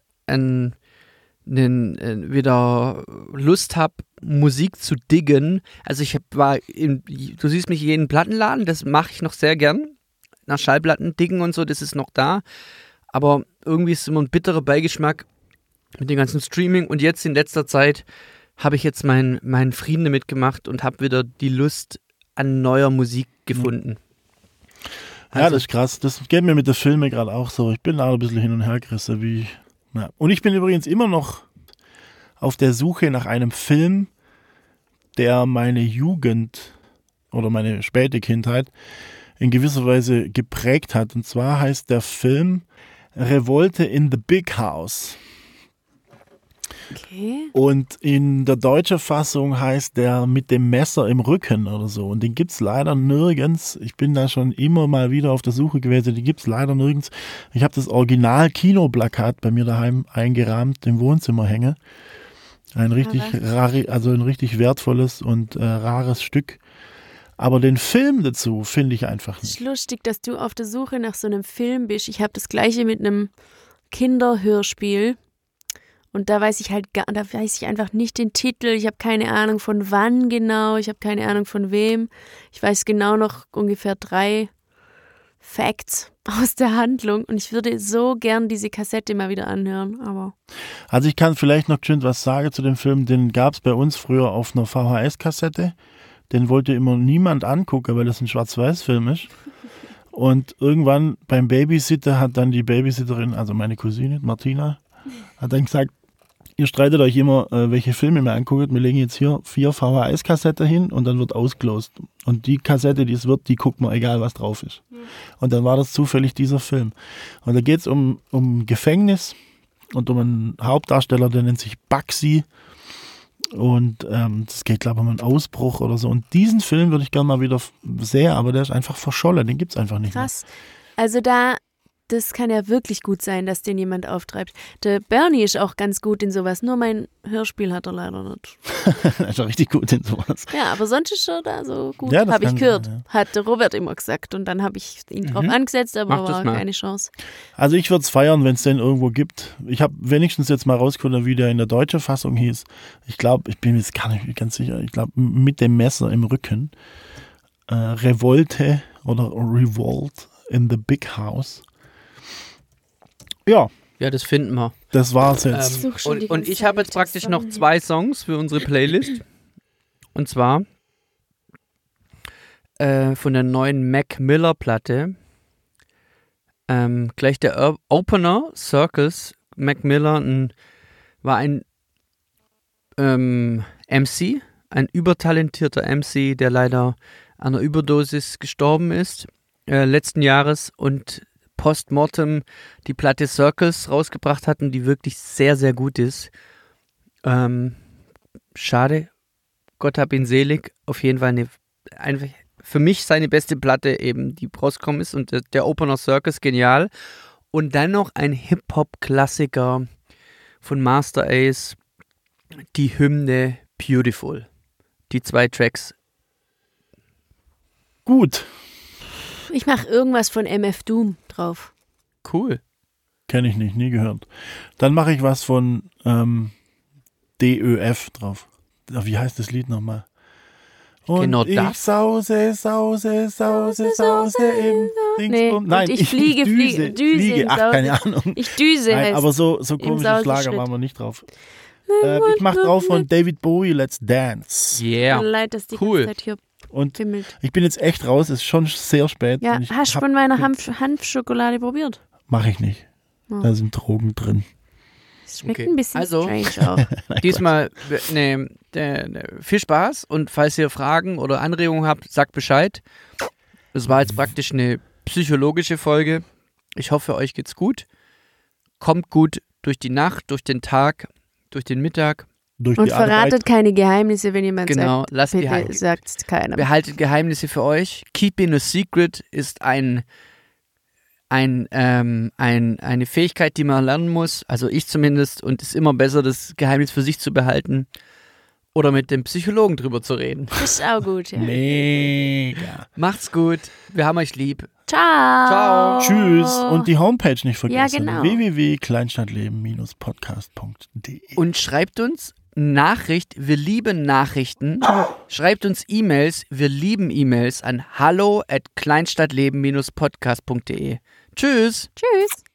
wieder Lust habe, Musik zu diggen. Also du siehst mich in jedem Plattenladen, das mache ich noch sehr gern. Nach Schallplatten diggen und so, das ist noch da. Aber irgendwie ist immer ein bitterer Beigeschmack mit dem ganzen Streaming. Und jetzt in letzter Zeit habe ich jetzt meinen Frieden damit gemacht und habe wieder die Lust an neuer Musik gefunden. Ja, das ist krass. Das geht mir mit den Filmen gerade auch so. Ich bin auch ein bisschen hin und her gerissen. Und ich bin übrigens immer noch auf der Suche nach einem Film, der meine Jugend oder meine späte Kindheit in gewisser Weise geprägt hat. Und zwar heißt der Film Revolte in the Big House. Okay. Und in der deutschen Fassung heißt der mit dem Messer im Rücken oder so. Und den gibt's leider nirgends. Ich bin da schon immer mal wieder auf der Suche gewesen. Den gibt's leider nirgends. Ich habe das Original-Kinoplakat bei mir daheim eingerahmt im Wohnzimmer hängen. Ein richtig ein richtig wertvolles und rares Stück. Aber den Film dazu finde ich einfach nicht. Es ist lustig, dass du auf der Suche nach so einem Film bist. Ich habe das Gleiche mit einem Kinderhörspiel. Und da weiß ich einfach nicht den Titel. Ich habe keine Ahnung von wann genau. Ich habe keine Ahnung von wem. Ich weiß genau noch ungefähr 3 Facts aus der Handlung. Und ich würde so gern diese Kassette mal wieder anhören. Aber also ich kann vielleicht noch schön was sagen zu dem Film. Den gab es bei uns früher auf einer VHS-Kassette. Den wollte immer niemand angucken, weil das ein Schwarz-Weiß-Film ist. Und irgendwann beim Babysitter hat dann die Babysitterin, also meine Cousine Martina, hat dann gesagt, ihr streitet euch immer, welche Filme ihr anguckt. Wir legen jetzt hier 4 VHS-Kassetten hin und dann wird ausgelost. Und die Kassette, die es wird, die guckt man, egal was drauf ist. Und dann war das zufällig dieser Film. Und da geht es um Gefängnis und um einen Hauptdarsteller, der nennt sich Bugsy. Und das geht, glaube ich, um einen Ausbruch oder so. Und diesen Film würde ich gerne mal wieder sehen, aber der ist einfach verschollen. Den gibt es einfach nicht Krass. Mehr. Also das kann ja wirklich gut sein, dass den jemand auftreibt. Der Bernie ist auch ganz gut in sowas, nur mein Hörspiel hat er leider nicht. Er ist auch richtig gut in sowas. Ja, aber sonst ist er da so gut, ja, habe ich gehört. Sein, ja. Hat der Robert immer gesagt und dann habe ich ihn drauf angesetzt, aber war keine Chance. Also ich würde es feiern, wenn es den irgendwo gibt. Ich habe wenigstens jetzt mal rausgefunden, wie der in der deutschen Fassung hieß. Ich glaube, ich bin mir jetzt gar nicht ganz sicher, ich glaube mit dem Messer im Rücken. Revolte oder Revolt in the Big House. Ja. Ja, das finden wir. Das war's jetzt. Und ich habe jetzt praktisch noch 2 Songs für unsere Playlist. Und zwar von der neuen Mac Miller Platte. Gleich der Opener, Circus. Mac Miller war ein MC, ein übertalentierter MC, der leider an einer Überdosis gestorben ist, letzten Jahres und postmortem die Platte Circles rausgebracht hatten, die wirklich sehr, sehr gut ist. Schade, Gott hab ihn selig. Auf jeden Fall einfach für mich seine beste Platte eben, die rausgekommen ist und der Opener Circus, genial. Und dann noch ein Hip-Hop-Klassiker von Master Ace, die Hymne Beautiful. Die 2 Tracks. Gut. Ich mache irgendwas von MF Doom drauf. Cool. Kenne ich nicht, nie gehört. Dann mache ich was von DÖF drauf. Wie heißt das Lied nochmal? Und genau ich das. Sause im Dingsbum. Nein, ich fliege. Ach, keine Ahnung. Ich düse. Nein, aber so komische Schlager waren wir nicht drauf. Ich mache drauf von David Bowie, Let's Dance. Yeah. Leid, dass die cool. ganze Zeit hier und fimmelt. Ich bin jetzt echt raus, es ist schon sehr spät. Ja, hast du von meiner Hanfschokolade probiert? Mache ich nicht. Oh. Da sind Drogen drin. Das schmeckt ein bisschen strange auch. Diesmal viel Spaß und falls ihr Fragen oder Anregungen habt, sagt Bescheid. Das war jetzt praktisch eine psychologische Folge. Ich hoffe, euch geht's gut. Kommt gut durch die Nacht, durch den Tag, durch den Mittag. Durch und die verratet Arbeit. Keine Geheimnisse, wenn jemand genau, sagt, lasst bitte sagt keiner. Behaltet Geheimnisse für euch. Keeping a Secret ist eine Fähigkeit, die man lernen muss, also ich zumindest, und es ist immer besser, das Geheimnis für sich zu behalten oder mit dem Psychologen drüber zu reden. Das ist auch gut, ja. Mega. Macht's gut, wir haben euch lieb. Ciao. Tschüss. Und die Homepage nicht vergessen. Ja, genau. www.kleinstadtleben-podcast.de. Und schreibt uns Nachricht, wir lieben Nachrichten. Schreibt uns E-Mails, wir lieben E-Mails an hallo@kleinstadtleben-podcast.de. Tschüss. Tschüss.